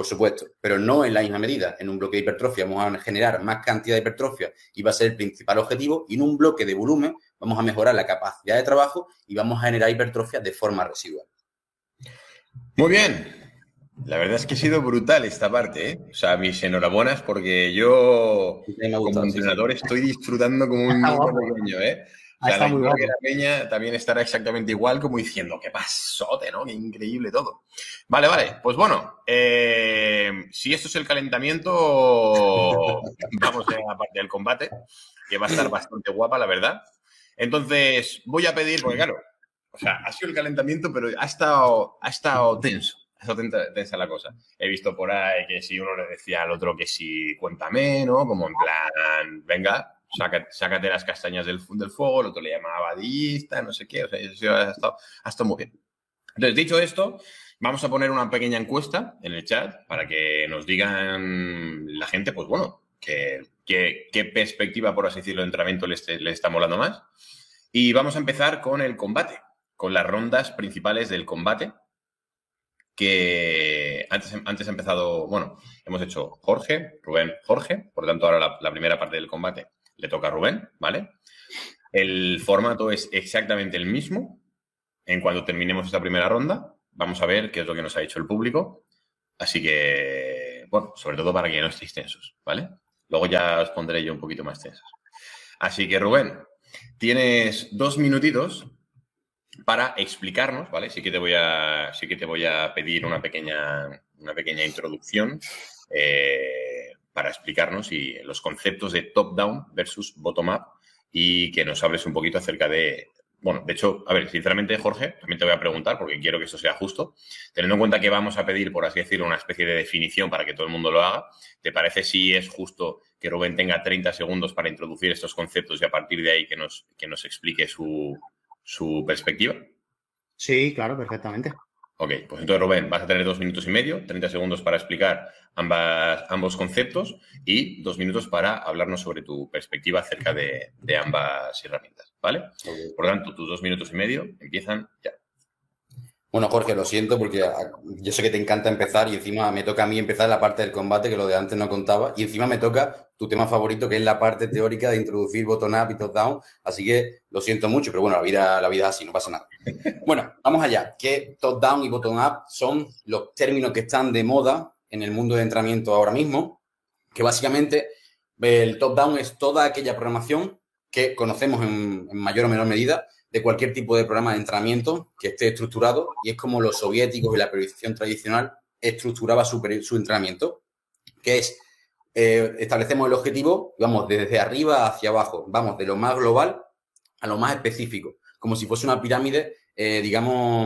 por supuesto, pero no en la misma medida. En un bloque de hipertrofia vamos a generar más cantidad de hipertrofia y va a ser el principal objetivo, y en un bloque de volumen vamos a mejorar la capacidad de trabajo y vamos a generar hipertrofia de forma residual. Muy bien. La verdad es que ha sido brutal esta parte, ¿eh? O sea, mis enhorabuenas, porque yo, como entrenador, sí, sí. estoy disfrutando como un niño pequeño, ¿eh? O sea, la, que la peña también estará exactamente igual, como diciendo, qué pasote, ¿no? Qué increíble todo. Vale, vale. Pues bueno, eh, si esto es el calentamiento, vamos a la parte del combate, que va a estar bastante guapa, la verdad. Entonces, voy a pedir, porque claro, o sea, ha sido el calentamiento, pero ha estado, ha estado tenso. Ha estado tensa la cosa. He visto por ahí que si uno le decía al otro que si cuéntame, ¿no? Como en plan, venga, sácate, sácate las castañas del, del fuego, el otro le llamaba badista, no sé qué. O sea, eso ha estado, ha estado muy bien. Entonces, dicho esto, vamos a poner una pequeña encuesta en el chat para que nos digan la gente, pues bueno, que, que, qué perspectiva, por así decirlo, de entrenamiento le, este, le está molando más. Y vamos a empezar con el combate, con las rondas principales del combate. Que antes, antes ha empezado, bueno, hemos hecho Jorge, Rubén, Jorge, por lo tanto ahora la, la primera parte del combate le toca a Rubén, ¿vale? El formato es exactamente el mismo. En cuanto terminemos esta primera ronda, vamos a ver qué es lo que nos ha dicho el público. Así que, bueno, sobre todo para que no estéis tensos, ¿vale? Luego ya os pondré yo un poquito más tensos. Así que, Rubén, tienes dos minutitos para explicarnos, ¿vale? Sí que te voy a, sí que te voy a pedir una pequeña, una pequeña introducción eh, para explicarnos y los conceptos de top-down versus bottom-up y que nos hables un poquito acerca de... Bueno, de hecho, a ver, sinceramente, Jorge, también te voy a preguntar porque quiero que esto sea justo. Teniendo en cuenta que vamos a pedir, por así decirlo, una especie de definición para que todo el mundo lo haga, ¿te parece si es justo que Rubén tenga treinta segundos para introducir estos conceptos y a partir de ahí que nos, que nos explique su... su perspectiva? Sí, claro, perfectamente. Ok, pues entonces, Rubén, vas a tener dos minutos y medio, treinta segundos para explicar ambas, ambos conceptos y dos minutos para hablarnos sobre tu perspectiva acerca de, de ambas herramientas, ¿vale? Okay. Por lo tanto, tus dos minutos y medio empiezan ya. Bueno, Jorge, lo siento porque yo sé que te encanta empezar y encima me toca a mí empezar la parte del combate, que lo de antes no contaba, y encima me toca tu tema favorito, que es la parte teórica de introducir bottom-up y top-down, así que lo siento mucho, pero bueno, la vida, la vida es así, no pasa nada. Bueno, vamos allá, que top-down y bottom-up son los términos que están de moda en el mundo de entrenamiento ahora mismo, que básicamente el top-down es toda aquella programación que conocemos en, en mayor o menor medida de cualquier tipo de programa de entrenamiento que esté estructurado, y es como los soviéticos y la periodización tradicional estructuraba su, su entrenamiento, que es, eh, establecemos el objetivo, vamos desde arriba hacia abajo, vamos de lo más global a lo más específico, como si fuese una pirámide, eh, digamos,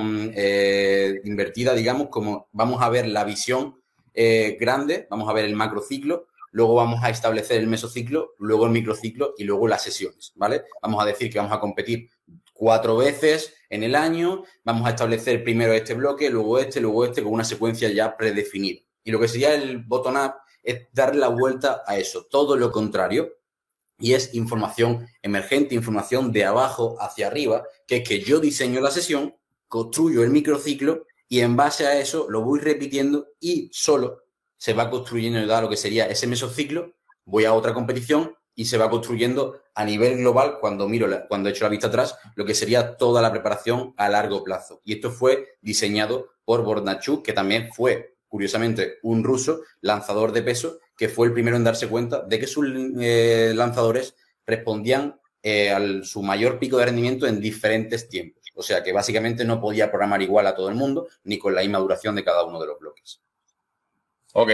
eh, invertida, digamos, como vamos a ver la visión eh, grande, vamos a ver el macrociclo, luego vamos a establecer el mesociclo, luego el microciclo y luego las sesiones, ¿vale? Vamos a decir que vamos a competir cuatro veces en el año, vamos a establecer primero este bloque, luego este, luego este, con una secuencia ya predefinida. Y lo que sería el bottom-up es darle la vuelta a eso, todo lo contrario, y es información emergente, información de abajo hacia arriba, que es que yo diseño la sesión, construyo el microciclo y en base a eso lo voy repitiendo y solo se va construyendo ya lo que sería ese mesociclo, voy a otra competición y se va construyendo a nivel global, cuando miro, la, cuando he hecho la vista atrás, lo que sería toda la preparación a largo plazo. Y esto fue diseñado por Bordachuk, que también fue, curiosamente, un ruso lanzador de peso, que fue el primero en darse cuenta de que sus eh, lanzadores respondían eh, a su mayor pico de rendimiento en diferentes tiempos. O sea, que básicamente no podía programar igual a todo el mundo, ni con la misma duración de cada uno de los bloques. Ok.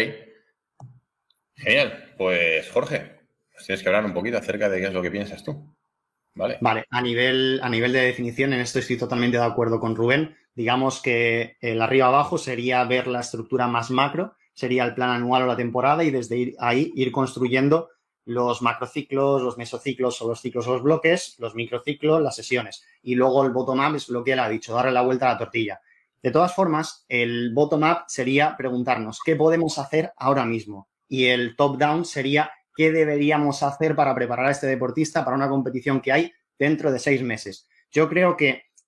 Genial. Pues, Jorge, tienes que hablar un poquito acerca de qué es lo que piensas tú. Vale. Vale, a nivel, a nivel de definición, en esto estoy totalmente de acuerdo con Rubén. Digamos que el arriba abajo sería ver la estructura más macro, sería el plan anual o la temporada, y desde ahí ir construyendo los macrociclos, los mesociclos o los ciclos o los bloques, los microciclos, las sesiones. Y luego el bottom-up es lo que él ha dicho, darle la vuelta a la tortilla. De todas formas, el bottom-up sería preguntarnos qué podemos hacer ahora mismo. Y el top-down sería qué deberíamos hacer para preparar a este deportista para una competición que hay dentro de seis meses. Yo creo que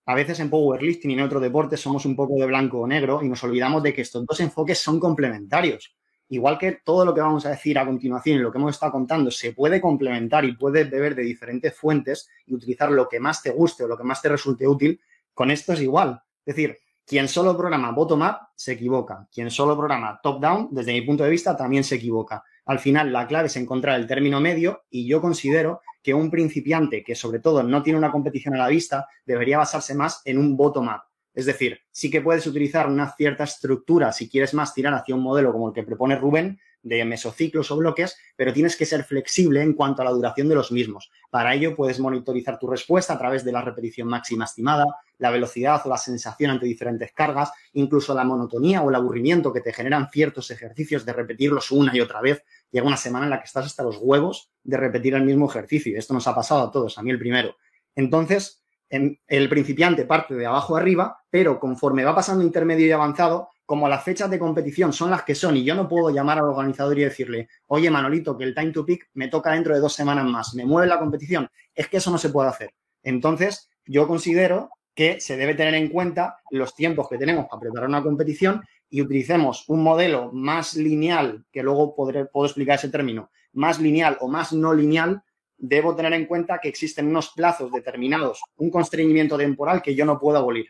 a veces en powerlifting y en otros deportes somos un poco de blanco o negro y nos olvidamos de que estos dos enfoques son complementarios. Igual que todo lo que vamos a decir a continuación y lo que hemos estado contando se puede complementar y puedes beber de diferentes fuentes y utilizar lo que más te guste o lo que más te resulte útil, con esto es igual. Es decir, quien solo programa bottom-up se equivoca. Quien solo programa top-down, desde mi punto de vista, también se equivoca. Al final, la clave es encontrar el término medio y yo considero que un principiante que, sobre todo, no tiene una competición a la vista, debería basarse más en un bottom-up. Es decir, sí que puedes utilizar una cierta estructura si quieres más tirar hacia un modelo como el que propone Rubén, de mesociclos o bloques, pero tienes que ser flexible en cuanto a la duración de los mismos. Para ello, puedes monitorizar tu respuesta a través de la repetición máxima estimada, la velocidad o la sensación ante diferentes cargas, incluso la monotonía o el aburrimiento que te generan ciertos ejercicios de repetirlos una y otra vez. Llega una semana en la que estás hasta los huevos de repetir el mismo ejercicio. Esto nos ha pasado a todos, a mí el primero. Entonces, el principiante parte de abajo arriba, pero conforme va pasando intermedio y avanzado, como las fechas de competición son las que son y yo no puedo llamar al organizador y decirle, oye, Manolito, que el time to peak me toca dentro de dos semanas más, me mueve la competición, es que eso no se puede hacer. Entonces, yo considero que se debe tener en cuenta los tiempos que tenemos para preparar una competición y utilicemos un modelo más lineal, que luego podré, puedo explicar ese término, más lineal o más no lineal. Debo tener en cuenta que existen unos plazos determinados, un constreñimiento temporal que yo no puedo abolir.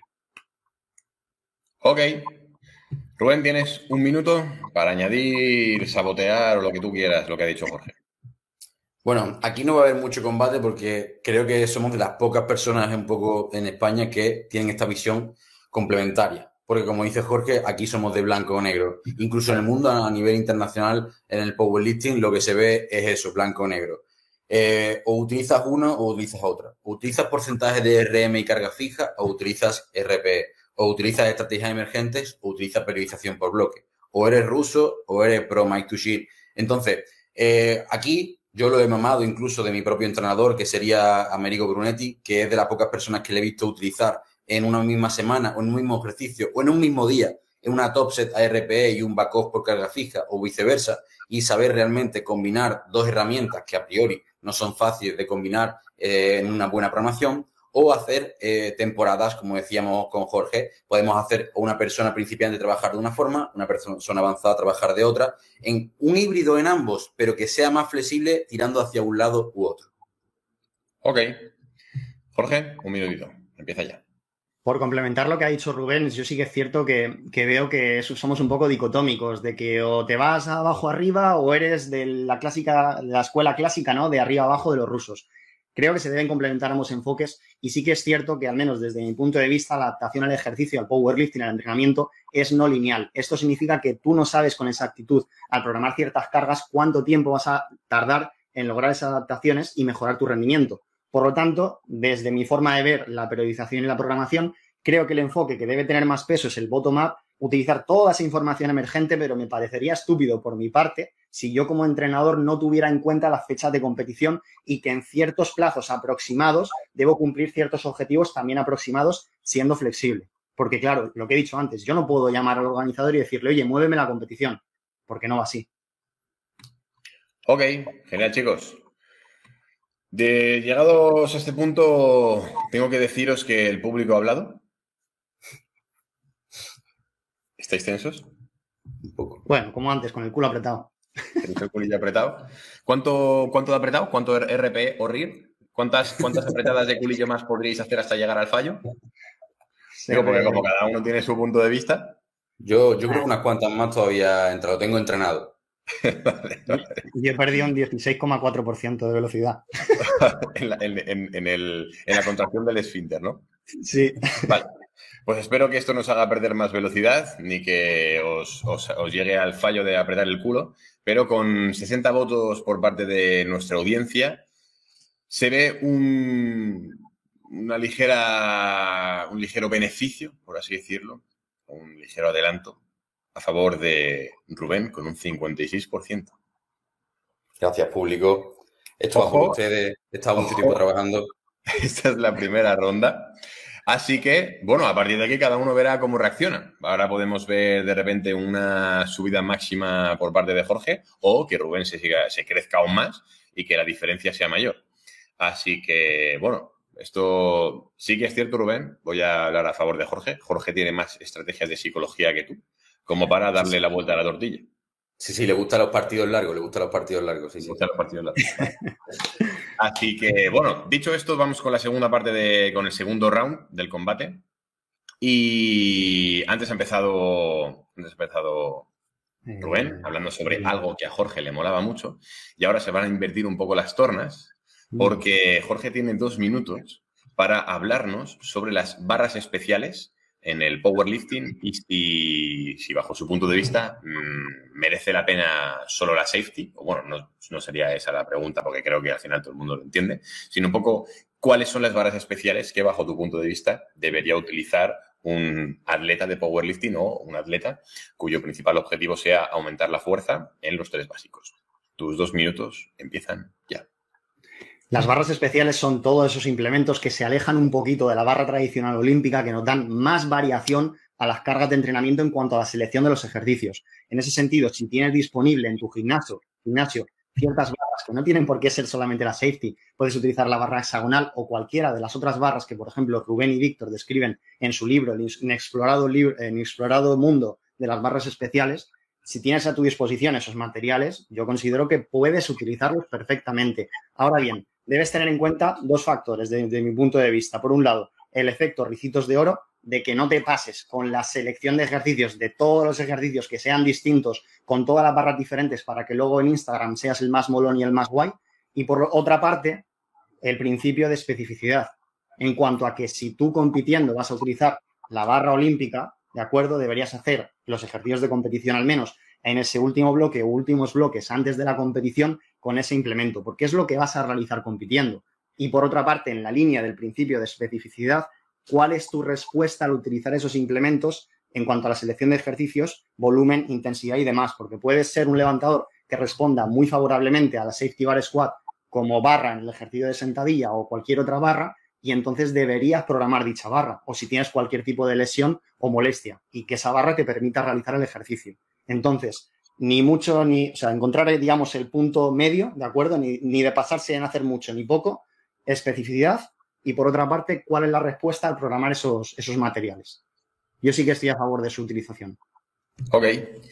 Ok. Rubén, tienes un minuto para añadir, sabotear o lo que tú quieras, lo que ha dicho Jorge. Bueno, aquí no va a haber mucho combate porque creo que somos de las pocas personas un poco en España que tienen esta visión complementaria. Porque como dice Jorge, aquí somos de blanco o negro. Incluso en el mundo a nivel internacional, en el powerlifting, lo que se ve es eso, blanco o negro. Eh, o utilizas uno o utilizas otra. O utilizas porcentaje de R M y carga fija o utilizas R P E. O utilizas estrategias emergentes o utilizas periodización por bloque. O eres ruso o eres pro Mike to Shield. Entonces, eh, aquí yo lo he mamado incluso de mi propio entrenador, que sería Amerigo Brunetti, que es de las pocas personas que le he visto utilizar en una misma semana o en un mismo ejercicio o en un mismo día en una top set a R P E y un back off por carga fija o viceversa y saber realmente combinar dos herramientas que a priori no son fáciles de combinar eh, en una buena programación, o hacer eh, temporadas, como decíamos con Jorge, podemos hacer una persona principiante trabajar de una forma, una persona avanzada trabajar de otra, en un híbrido en ambos, pero que sea más flexible tirando hacia un lado u otro. Ok. Jorge, un minutito. Empieza ya. Por complementar lo que ha dicho Rubén, yo sí que es cierto que, que veo que somos un poco dicotómicos, de que o te vas abajo arriba o eres de la clásica, de la escuela clásica, ¿no? De arriba abajo de los rusos. Creo que se deben complementar ambos enfoques y sí que es cierto que, al menos desde mi punto de vista, la adaptación al ejercicio, al powerlifting, al entrenamiento, es no lineal. Esto significa que tú no sabes con exactitud, al programar ciertas cargas, cuánto tiempo vas a tardar en lograr esas adaptaciones y mejorar tu rendimiento. Por lo tanto, desde mi forma de ver la periodización y la programación, creo que el enfoque que debe tener más peso es el bottom-up, utilizar toda esa información emergente, pero me parecería estúpido por mi parte si yo como entrenador no tuviera en cuenta las fechas de competición y que en ciertos plazos aproximados debo cumplir ciertos objetivos también aproximados siendo flexible. Porque claro, lo que he dicho antes, yo no puedo llamar al organizador y decirle, oye, muéveme la competición, porque no va así. Ok, genial, chicos. De llegados a este punto, tengo que deciros que el público ha hablado. ¿Estáis tensos? Un poco. Bueno, como antes, con el culo apretado. ¿Tenéis el culillo apretado? ¿Cuánto, cuánto de apretado? ¿Cuánto R P E o R I R? ¿Cuántas, ¿Cuántas apretadas de culillo más podríais hacer hasta llegar al fallo? Digo, porque como cada uno tiene su punto de vista. Yo, yo creo que unas cuantas más todavía entre, lo tengo entrenado. Vale, vale. Yo he perdido un dieciséis coma cuatro por ciento de velocidad. en, la, en, en, en, el, en la contracción del esfínter, ¿no? Sí. Vale. Pues espero que esto no os haga perder más velocidad ni que os, os, os llegue al fallo de apretar el culo, pero con sesenta votos por parte de nuestra audiencia se ve un, una ligera, un ligero beneficio, por así decirlo, un ligero adelanto a favor de Rubén con un cincuenta y seis por ciento. Gracias, público. Esto va por ustedes. He estado mucho tiempo trabajando. Esta es la primera ronda. Así que, bueno, a partir de aquí cada uno verá cómo reacciona. Ahora podemos ver de repente una subida máxima por parte de Jorge o que Rubén se, siga, se crezca aún más y que la diferencia sea mayor. Así que, bueno, Esto sí que es cierto, Rubén. Voy a hablar a favor de Jorge. Jorge tiene más estrategias de psicología que tú, como para darle la vuelta a la tortilla. Sí, sí, le gustan los partidos largos, le gustan los partidos largos. Sí, le sí. gustan los partidos largos. Así que, bueno, dicho esto, vamos con la segunda parte, de, con el segundo round del combate. Y antes ha empezado, antes ha empezado Rubén, hablando sobre algo que a Jorge le molaba mucho. Y ahora se van a invertir un poco las tornas, porque Jorge tiene dos minutos para hablarnos sobre las barras especiales en el powerlifting y si, si bajo su punto de vista mmm, merece la pena solo la safety, o bueno, no, no sería esa la pregunta porque creo que al final todo el mundo lo entiende, sino un poco cuáles son las barras especiales que bajo tu punto de vista debería utilizar un atleta de powerlifting o un atleta cuyo principal objetivo sea aumentar la fuerza en los tres básicos. Tus dos minutos empiezan ya. Las barras especiales son todos esos implementos que se alejan un poquito de la barra tradicional olímpica, que nos dan más variación a las cargas de entrenamiento en cuanto a la selección de los ejercicios. En ese sentido, si tienes disponible en tu gimnasio, gimnasio ciertas barras que no tienen por qué ser solamente la safety, puedes utilizar la barra hexagonal o cualquiera de las otras barras que, por ejemplo, Rubén y Víctor describen en su libro, El inexplorado, libro, el inexplorado mundo de las barras especiales. Si tienes a tu disposición esos materiales, yo considero que puedes utilizarlos perfectamente. Ahora bien, debes tener en cuenta dos factores desde de mi punto de vista. Por un lado, el efecto ricitos de oro, de que no te pases con la selección de ejercicios, de todos los ejercicios que sean distintos, con todas las barras diferentes, para que luego en Instagram seas el más molón y el más guay. Y por otra parte, el principio de especificidad, en cuanto a que si tú compitiendo vas a utilizar la barra olímpica, ¿de acuerdo? Deberías hacer los ejercicios de competición al menos en ese último bloque o últimos bloques antes de la competición con ese implemento, porque es lo que vas a realizar compitiendo. Y por otra parte, en la línea del principio de especificidad, ¿cuál es tu respuesta al utilizar esos implementos en cuanto a la selección de ejercicios, volumen, intensidad y demás? Porque puedes ser un levantador que responda muy favorablemente a la safety bar squat como barra en el ejercicio de sentadilla o cualquier otra barra, y entonces deberías programar dicha barra, o si tienes cualquier tipo de lesión o molestia, y que esa barra te permita realizar el ejercicio. Entonces, ni mucho, ni, o sea, encontrar, digamos, el punto medio, ¿de acuerdo? Ni, ni de pasarse en hacer mucho ni poco, especificidad, y por otra parte, ¿cuál es la respuesta al programar esos, esos materiales? Yo sí que estoy a favor de su utilización. Ok.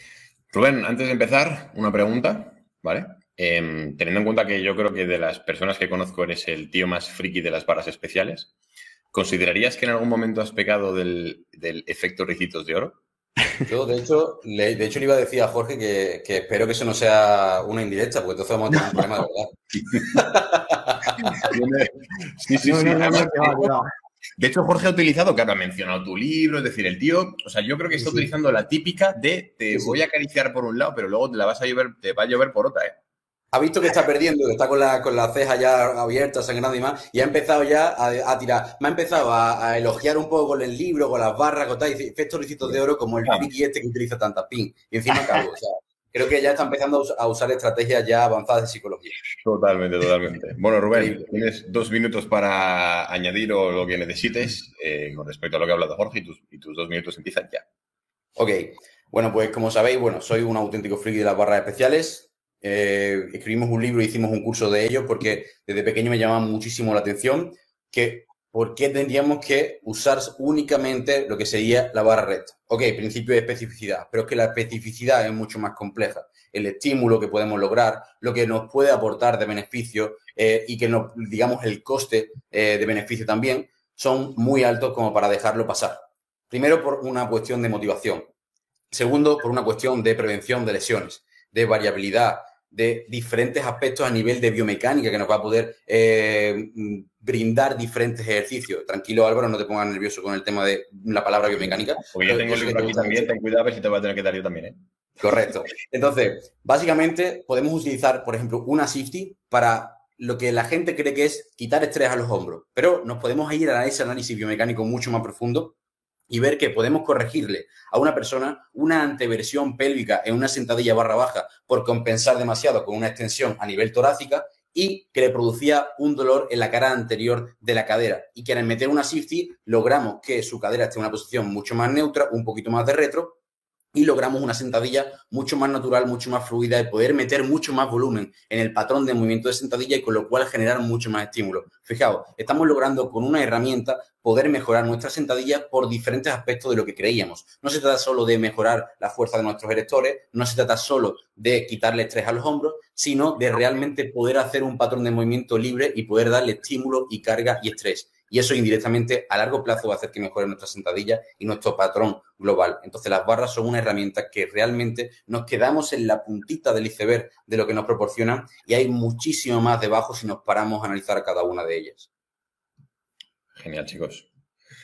Rubén, antes de empezar, una pregunta, ¿vale? Eh, teniendo en cuenta que yo creo que de las personas que conozco eres el tío más friki de las barras especiales, ¿considerarías que en algún momento has pecado del, del efecto ricitos de oro? Yo, de hecho, le, de hecho, le iba a decir a Jorge que, que espero que eso no sea una indirecta, porque entonces vamos a tener un problema de verdad. Sí, sí, sí. De hecho, Jorge ha utilizado, claro, ha mencionado tu libro, es decir, el tío, o sea, yo creo que está sí, utilizando sí. la típica de te sí, voy a acariciar por un lado, pero luego te la vas a llover, te va a llover por otra, ¿eh? Ha visto que está perdiendo, que está con la, con la ceja ya abierta, sangrando y más, y ha empezado ya a, a tirar. Me ha empezado a, a elogiar un poco con el libro, con las barras, con tal, y dice, efectos ricitos de oro como el friki este que utiliza tantas pin. Y encima calvo, o sea, creo que ya está empezando a usar estrategias ya avanzadas de psicología. Totalmente, totalmente. Bueno, Rubén, Increíble. Tienes dos minutos para añadir o lo que necesites eh, con respecto a lo que ha hablado Jorge y tus, y tus dos minutos empiezan ya. Ok. Bueno, pues como sabéis, bueno, soy un auténtico friki de las barras especiales. Eh, escribimos un libro e hicimos un curso de ellos porque desde pequeño me llamaba muchísimo la atención que por qué tendríamos que usar únicamente lo que sería la barra recta. Ok, principio de especificidad, pero es que la especificidad es mucho más compleja. El estímulo que podemos lograr, lo que nos puede aportar de beneficio eh, y que nos, digamos, el coste eh, de beneficio también son muy altos como para dejarlo pasar. Primero, por una cuestión de motivación. Segundo, por una cuestión de prevención de lesiones, de variabilidad, de diferentes aspectos a nivel de biomecánica que nos va a poder eh, brindar diferentes ejercicios. Tranquilo, Álvaro, no te pongas nervioso con el tema de la palabra biomecánica. Porque yo tengo el libro aquí también, ten cuidado a ver si te voy a tener que dar yo también, ¿eh? Correcto. Entonces, básicamente podemos utilizar, por ejemplo, una safety para lo que la gente cree que es quitar estrés a los hombros, pero nos podemos ir a ese análisis biomecánico mucho más profundo y ver que podemos corregirle a una persona una anteversión pélvica en una sentadilla barra baja por compensar demasiado con una extensión a nivel torácica y que le producía un dolor en la cara anterior de la cadera. Y que al meter una safety logramos que su cadera esté en una posición mucho más neutra, un poquito más de retro, y logramos una sentadilla mucho más natural, mucho más fluida, de poder meter mucho más volumen en el patrón de movimiento de sentadilla y con lo cual generar mucho más estímulo. Fijaos, estamos logrando con una herramienta poder mejorar nuestras sentadillas por diferentes aspectos de lo que creíamos. No se trata solo de mejorar la fuerza de nuestros erectores, no se trata solo de quitarle estrés a los hombros, sino de realmente poder hacer un patrón de movimiento libre y poder darle estímulo y carga y estrés. Y eso indirectamente a largo plazo va a hacer que mejore nuestra sentadilla y nuestro patrón global. Entonces las barras son una herramienta que realmente nos quedamos en la puntita del iceberg de lo que nos proporcionan y hay muchísimo más debajo si nos paramos a analizar cada una de ellas. Genial, chicos.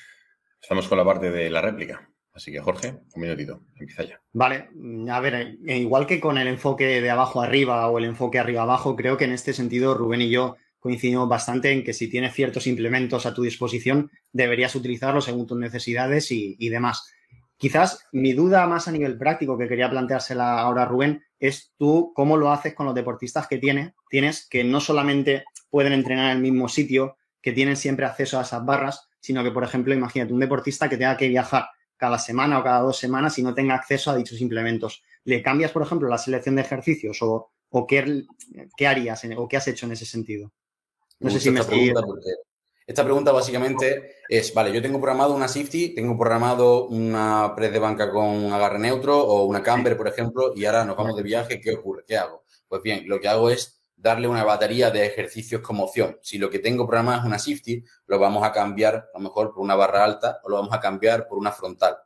Estamos con la parte de la réplica. Así que, Jorge, un minutito. Empieza ya. Vale. A ver, igual que con el enfoque de abajo arriba o el enfoque arriba abajo, creo que en este sentido Rubén y yo coincidimos bastante en que si tienes ciertos implementos a tu disposición, deberías utilizarlos según tus necesidades y, y demás. Quizás mi duda más a nivel práctico que quería planteársela ahora a Rubén es tú cómo lo haces con los deportistas que tienes, tienes que no solamente pueden entrenar en el mismo sitio, que tienen siempre acceso a esas barras, sino que, por ejemplo, imagínate un deportista que tenga que viajar cada semana o cada dos semanas y no tenga acceso a dichos implementos. ¿Le cambias, por ejemplo, la selección de ejercicios o, o qué, qué harías en, o qué has hecho en ese sentido? No sé si me estoy... Esta pregunta básicamente es, vale, yo tengo programado una safety, tengo programado una press de banca con agarre neutro o una camber, por ejemplo, y ahora nos vamos de viaje, ¿qué ocurre? ¿Qué hago? Pues bien, lo que hago es darle una batería de ejercicios como opción. Si lo que tengo programado es una safety, lo vamos a cambiar a lo mejor por una barra alta o lo vamos a cambiar por una frontal.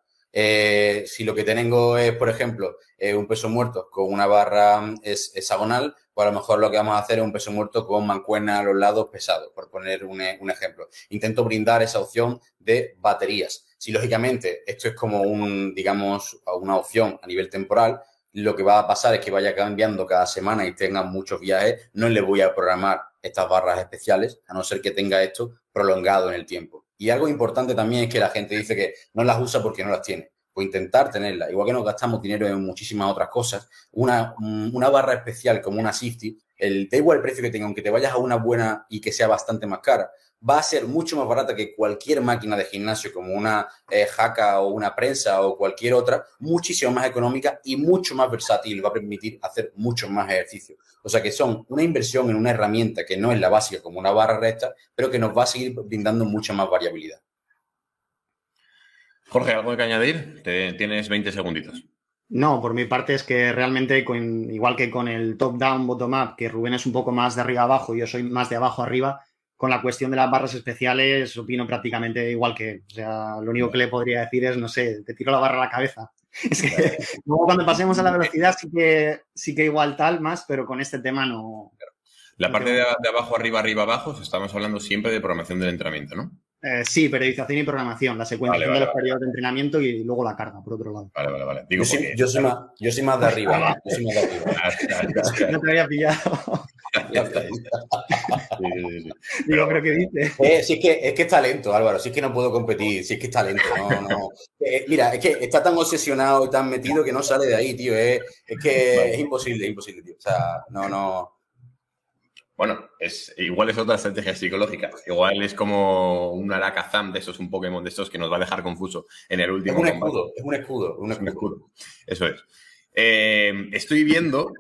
Eh, si lo que tengo es, por ejemplo, eh, un peso muerto con una barra es, hexagonal, pues a lo mejor lo que vamos a hacer es un peso muerto con mancuerna a los lados pesado, por poner un, un ejemplo. Intento brindar esa opción de baterías. Si, lógicamente, esto es como un, digamos, una opción a nivel temporal, lo que va a pasar es que vaya cambiando cada semana y tenga muchos viajes, no le voy a programar estas barras especiales, a no ser que tenga esto prolongado en el tiempo. Y algo importante también es que la gente dice que no las usa porque no las tiene. Pues intentar tenerlas. Igual que nos gastamos dinero en muchísimas otras cosas, una, una barra especial como una safety, el, da igual el precio que tenga, aunque te vayas a una buena y que sea bastante más cara, va a ser mucho más barata que cualquier máquina de gimnasio como una eh, Haka o una prensa o cualquier otra, muchísimo más económica y mucho más versátil, va a permitir hacer muchos más ejercicios. O sea que son una inversión en una herramienta que no es la básica como una barra recta, pero que nos va a seguir brindando mucha más variabilidad. Jorge, ¿algo que añadir? Te, tienes veinte segunditos. No, por mi parte es que realmente, con, igual que con el top-down, bottom-up, que Rubén es un poco más de arriba abajo y yo soy más de abajo arriba, con la cuestión de las barras especiales opino prácticamente igual que él. O sea, lo único que le podría decir es, no sé, te tiro la barra a la cabeza. Es que luego cuando pasemos a la velocidad sí que, sí que igual tal más, pero con este tema no... La no parte tengo... de, de abajo, arriba, arriba, abajo, estamos hablando siempre de programación del entrenamiento, ¿no? Eh, sí, periodización y programación, la secuenciación vale, vale, de los vale. periodos de entrenamiento y luego la carga, por otro lado. Vale, vale, vale. Digo, yo, soy, porque... yo, soy más, yo soy más de arriba. Yo soy más de arriba. No te había pillado. Ya está, ya está. Sí, sí, sí. Digo, pero ¿qué dices? Eh, si es, que, es que es talento, Álvaro. Si es que no puedo competir. Si es que es talento. No, no. Eh, mira, es que está tan obsesionado y tan metido que no sale de ahí, tío. Eh, es que vale. es imposible, es imposible, tío. O sea, no, no... Bueno, es, igual es otra estrategia psicológica. Igual es como un Alakazam de esos, un Pokémon de estos que nos va a dejar confuso en el último Es un combate. escudo, es un escudo. Un es un escudo. escudo. Eso es. Eh, estoy viendo...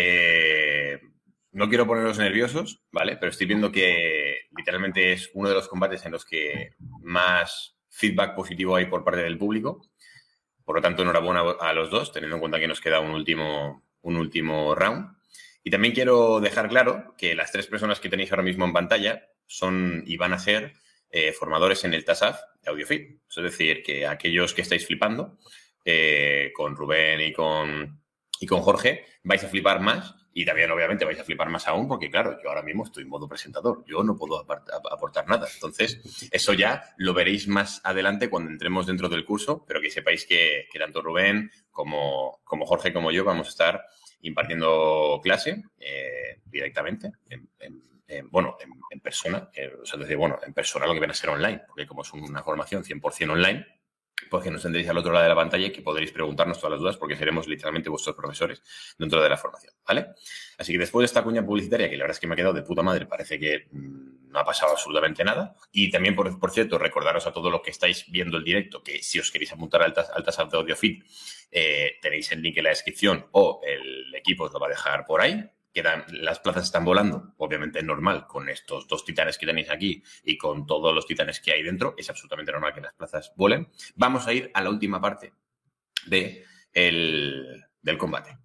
Eh, no quiero poneros nerviosos, ¿vale? Pero estoy viendo que literalmente es uno de los combates en los que más feedback positivo hay por parte del público. Por lo tanto, enhorabuena a los dos, teniendo en cuenta que nos queda un último, un último round. Y también quiero dejar claro que las tres personas que tenéis ahora mismo en pantalla son y van a ser eh, formadores en el TASAF de AudioFit. Es decir, que aquellos que estáis flipando eh, con Rubén y con, y con Jorge vais a flipar más. Y también, obviamente, vais a flipar más aún porque, claro, yo ahora mismo estoy en modo presentador. Yo no puedo aportar nada. Entonces, eso ya lo veréis más adelante cuando entremos dentro del curso, pero que sepáis que, que tanto Rubén como, como Jorge como yo vamos a estar impartiendo clase eh, directamente, en, en, en, bueno, en, en persona. Eh, o sea, decir, bueno, en persona lo que viene a ser online, porque como es una formación cien por ciento online, pues que nos tendréis al otro lado de la pantalla y que podréis preguntarnos todas las dudas porque seremos literalmente vuestros profesores dentro de la formación, ¿vale? Así que después de esta cuña publicitaria, que la verdad es que me ha quedado de puta madre, parece que mmm, no ha pasado absolutamente nada. Y también, por, por cierto, recordaros a todos los que estáis viendo el directo que si os queréis apuntar al Tasas de AudioFit, eh, tenéis el link en la descripción o el equipo os lo va a dejar por ahí. Quedan, las plazas están volando, obviamente es normal, con estos dos titanes que tenéis aquí y con todos los titanes que hay dentro, es absolutamente normal que las plazas vuelen. Vamos a ir a la última parte de el, del combate.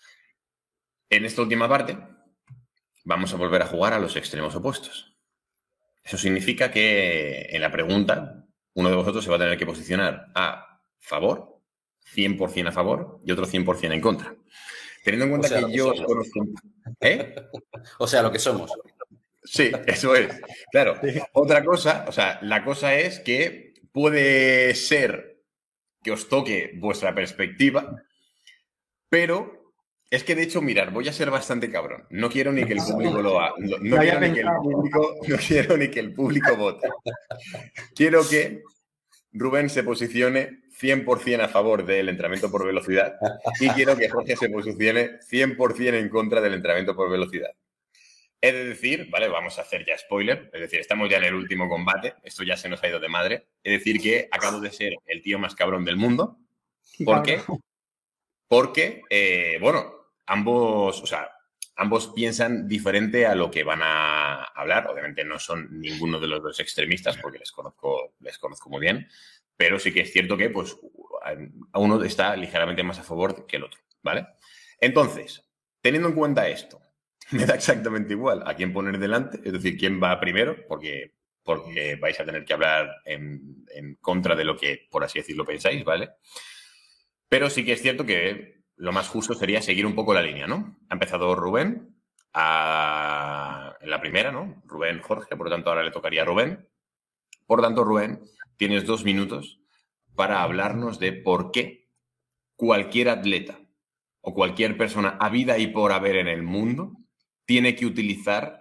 En esta última parte vamos a volver a jugar a los extremos opuestos. Eso significa que en la pregunta uno de vosotros se va a tener que posicionar a favor, cien por ciento a favor, y otro cien por ciento en contra. Teniendo en cuenta o sea, que yo os conozco... ¿Eh? O sea, lo que somos. Sí, eso es. Claro. Sí. Otra cosa, o sea, la cosa es que puede ser que os toque vuestra perspectiva, pero es que, de hecho, mirar, voy a ser bastante cabrón. No quiero ni que el público lo haga. No, no, quiero ni que el público, no quiero ni que el público vote. Quiero que Rubén se posicione cien por ciento a favor del entrenamiento por velocidad y quiero que Jorge se posicione cien por ciento en contra del entrenamiento por velocidad. Es de decir, vale, vamos a hacer ya spoiler, es decir, estamos ya en el último combate, esto ya se nos ha ido de madre, es decir que acabo de ser el tío más cabrón del mundo. ¿Por qué? Porque, eh, bueno, ambos, o sea, ambos piensan diferente a lo que van a hablar. Obviamente no son ninguno de los dos extremistas porque les conozco, les conozco muy bien, pero sí que es cierto que pues, a uno está ligeramente más a favor que el otro, ¿vale? Entonces, teniendo en cuenta esto, me da exactamente igual a quién poner delante, es decir, quién va primero, porque, porque vais a tener que hablar en, en contra de lo que, por así decirlo, pensáis, ¿vale? Pero sí que es cierto que lo más justo sería seguir un poco la línea, ¿no? Ha empezado Rubén a, en la primera, ¿no? Rubén, Jorge, por lo tanto ahora le tocaría a Rubén. Por lo tanto, Rubén, tienes dos minutos para hablarnos de por qué cualquier atleta o cualquier persona habida y por haber en el mundo tiene que utilizar,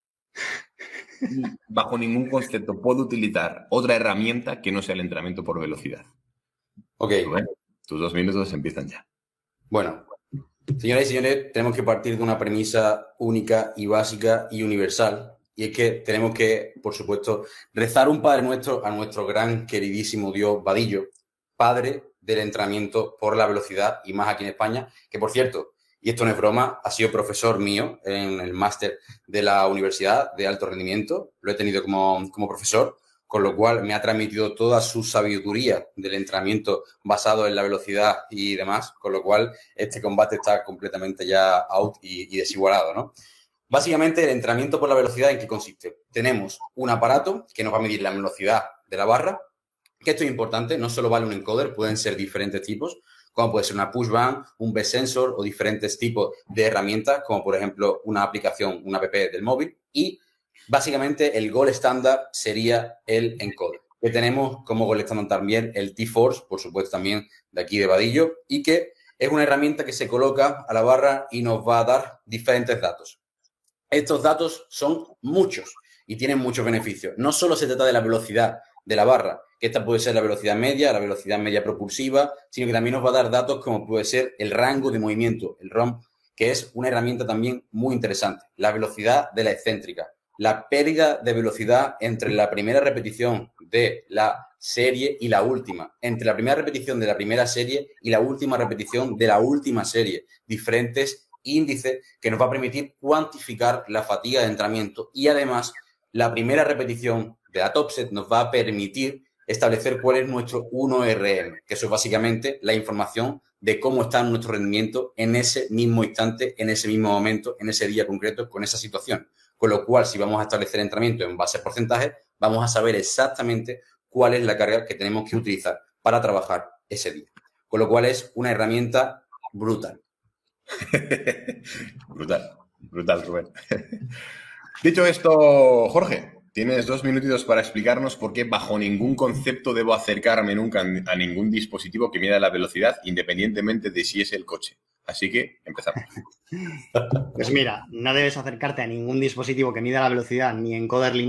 bajo ningún concepto, puede utilizar otra herramienta que no sea el entrenamiento por velocidad. Ok. Rubén, tus dos minutos empiezan ya. Bueno, señoras y señores, tenemos que partir de una premisa única y básica y universal. Y es que tenemos que, por supuesto, rezar un Padre Nuestro a nuestro gran, queridísimo Dios Vadillo, padre del entrenamiento por la velocidad y más aquí en España, que, por cierto, y esto no es broma, ha sido profesor mío en el máster de la Universidad de Alto Rendimiento. Lo he tenido como, como profesor, con lo cual me ha transmitido toda su sabiduría del entrenamiento basado en la velocidad y demás, con lo cual este combate está completamente ya out y, y desigualado, ¿no? Básicamente, el entrenamiento por la velocidad, ¿en qué consiste? Tenemos un aparato que nos va a medir la velocidad de la barra, que esto es importante, no solo vale un encoder, pueden ser diferentes tipos, como puede ser una push band, un B-sensor o diferentes tipos de herramientas, como por ejemplo una aplicación, una app del móvil. Y básicamente el gold estándar sería el encoder, que tenemos como gold estándar también el T-Force, por supuesto también de aquí de Vadillo, y que es una herramienta que se coloca a la barra y nos va a dar diferentes datos. Estos datos son muchos y tienen muchos beneficios. No solo se trata de la velocidad de la barra, que esta puede ser la velocidad media, la velocidad media propulsiva, sino que también nos va a dar datos como puede ser el rango de movimiento, el R O M, que es una herramienta también muy interesante. La velocidad de la excéntrica, la pérdida de velocidad entre la primera repetición de la serie y la última, entre la primera repetición de la primera serie y la última repetición de la última serie, diferentes índice que nos va a permitir cuantificar la fatiga de entrenamiento y además la primera repetición de la top set nos va a permitir establecer cuál es nuestro uno R M, que eso es básicamente la información de cómo está nuestro rendimiento en ese mismo instante, en ese mismo momento, en ese día concreto, con esa situación. Con lo cual, si vamos a establecer entrenamiento en base a porcentaje, vamos a saber exactamente cuál es la carga que tenemos que utilizar para trabajar ese día. Con lo cual es una herramienta brutal. Brutal, brutal, Rubén. Dicho esto, Jorge, tienes dos minutitos para explicarnos por qué bajo ningún concepto debo acercarme nunca a ningún dispositivo que mida la velocidad, independientemente de si es el coche. Así que empezamos. Pues mira, no debes acercarte a ningún dispositivo que mida la velocidad, ni encoder lineal,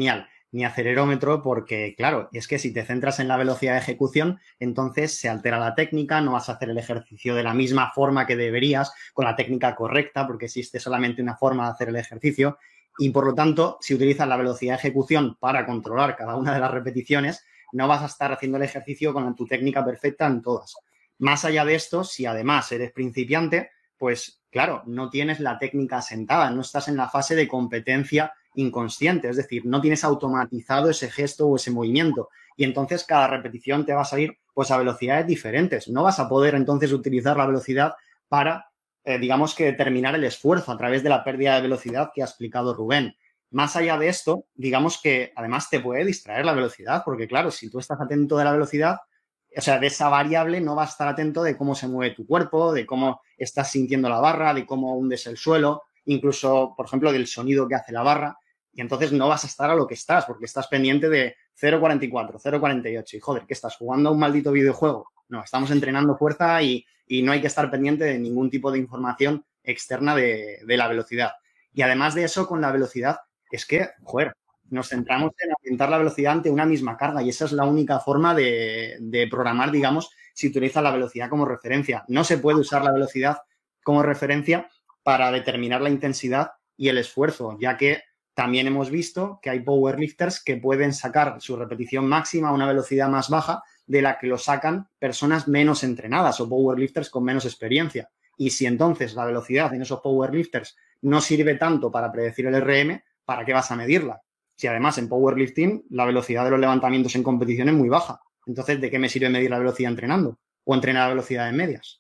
ni acelerómetro porque, claro, es que si te centras en la velocidad de ejecución, entonces se altera la técnica, no vas a hacer el ejercicio de la misma forma que deberías, con la técnica correcta, porque existe solamente una forma de hacer el ejercicio y, por lo tanto, si utilizas la velocidad de ejecución para controlar cada una de las repeticiones, no vas a estar haciendo el ejercicio con tu técnica perfecta en todas. Más allá de esto, si además eres principiante, pues, claro, no tienes la técnica asentada, no estás en la fase de competencia inconsciente, es decir, no tienes automatizado ese gesto o ese movimiento y entonces cada repetición te va a salir pues a velocidades diferentes. No vas a poder entonces utilizar la velocidad para, eh, digamos que determinar el esfuerzo a través de la pérdida de velocidad que ha explicado Rubén. Más allá de esto, digamos que además te puede distraer la velocidad porque, claro, si tú estás atento de la velocidad, o sea, de esa variable no vas a estar atento de cómo se mueve tu cuerpo, de cómo estás sintiendo la barra, de cómo hundes el suelo, incluso, por ejemplo, del sonido que hace la barra. Y entonces no vas a estar a lo que estás, porque estás pendiente de cero cuarenta y cuatro, cero cuarenta y ocho. Y joder, ¿qué estás jugando a un maldito videojuego? No, estamos entrenando fuerza y, y no hay que estar pendiente de ningún tipo de información externa de, de la velocidad. Y además de eso, con la velocidad, es que, joder, nos centramos en aumentar la velocidad ante una misma carga y esa es la única forma de, de programar, digamos, si utilizas la velocidad como referencia. No se puede usar la velocidad como referencia para determinar la intensidad y el esfuerzo, ya que también hemos visto que hay powerlifters que pueden sacar su repetición máxima a una velocidad más baja de la que lo sacan personas menos entrenadas o powerlifters con menos experiencia. Y si entonces la velocidad en esos powerlifters no sirve tanto para predecir el R M, ¿para qué vas a medirla? Si además en powerlifting la velocidad de los levantamientos en competición es muy baja. Entonces, ¿de qué me sirve medir la velocidad entrenando? O entrenar la velocidad en medias.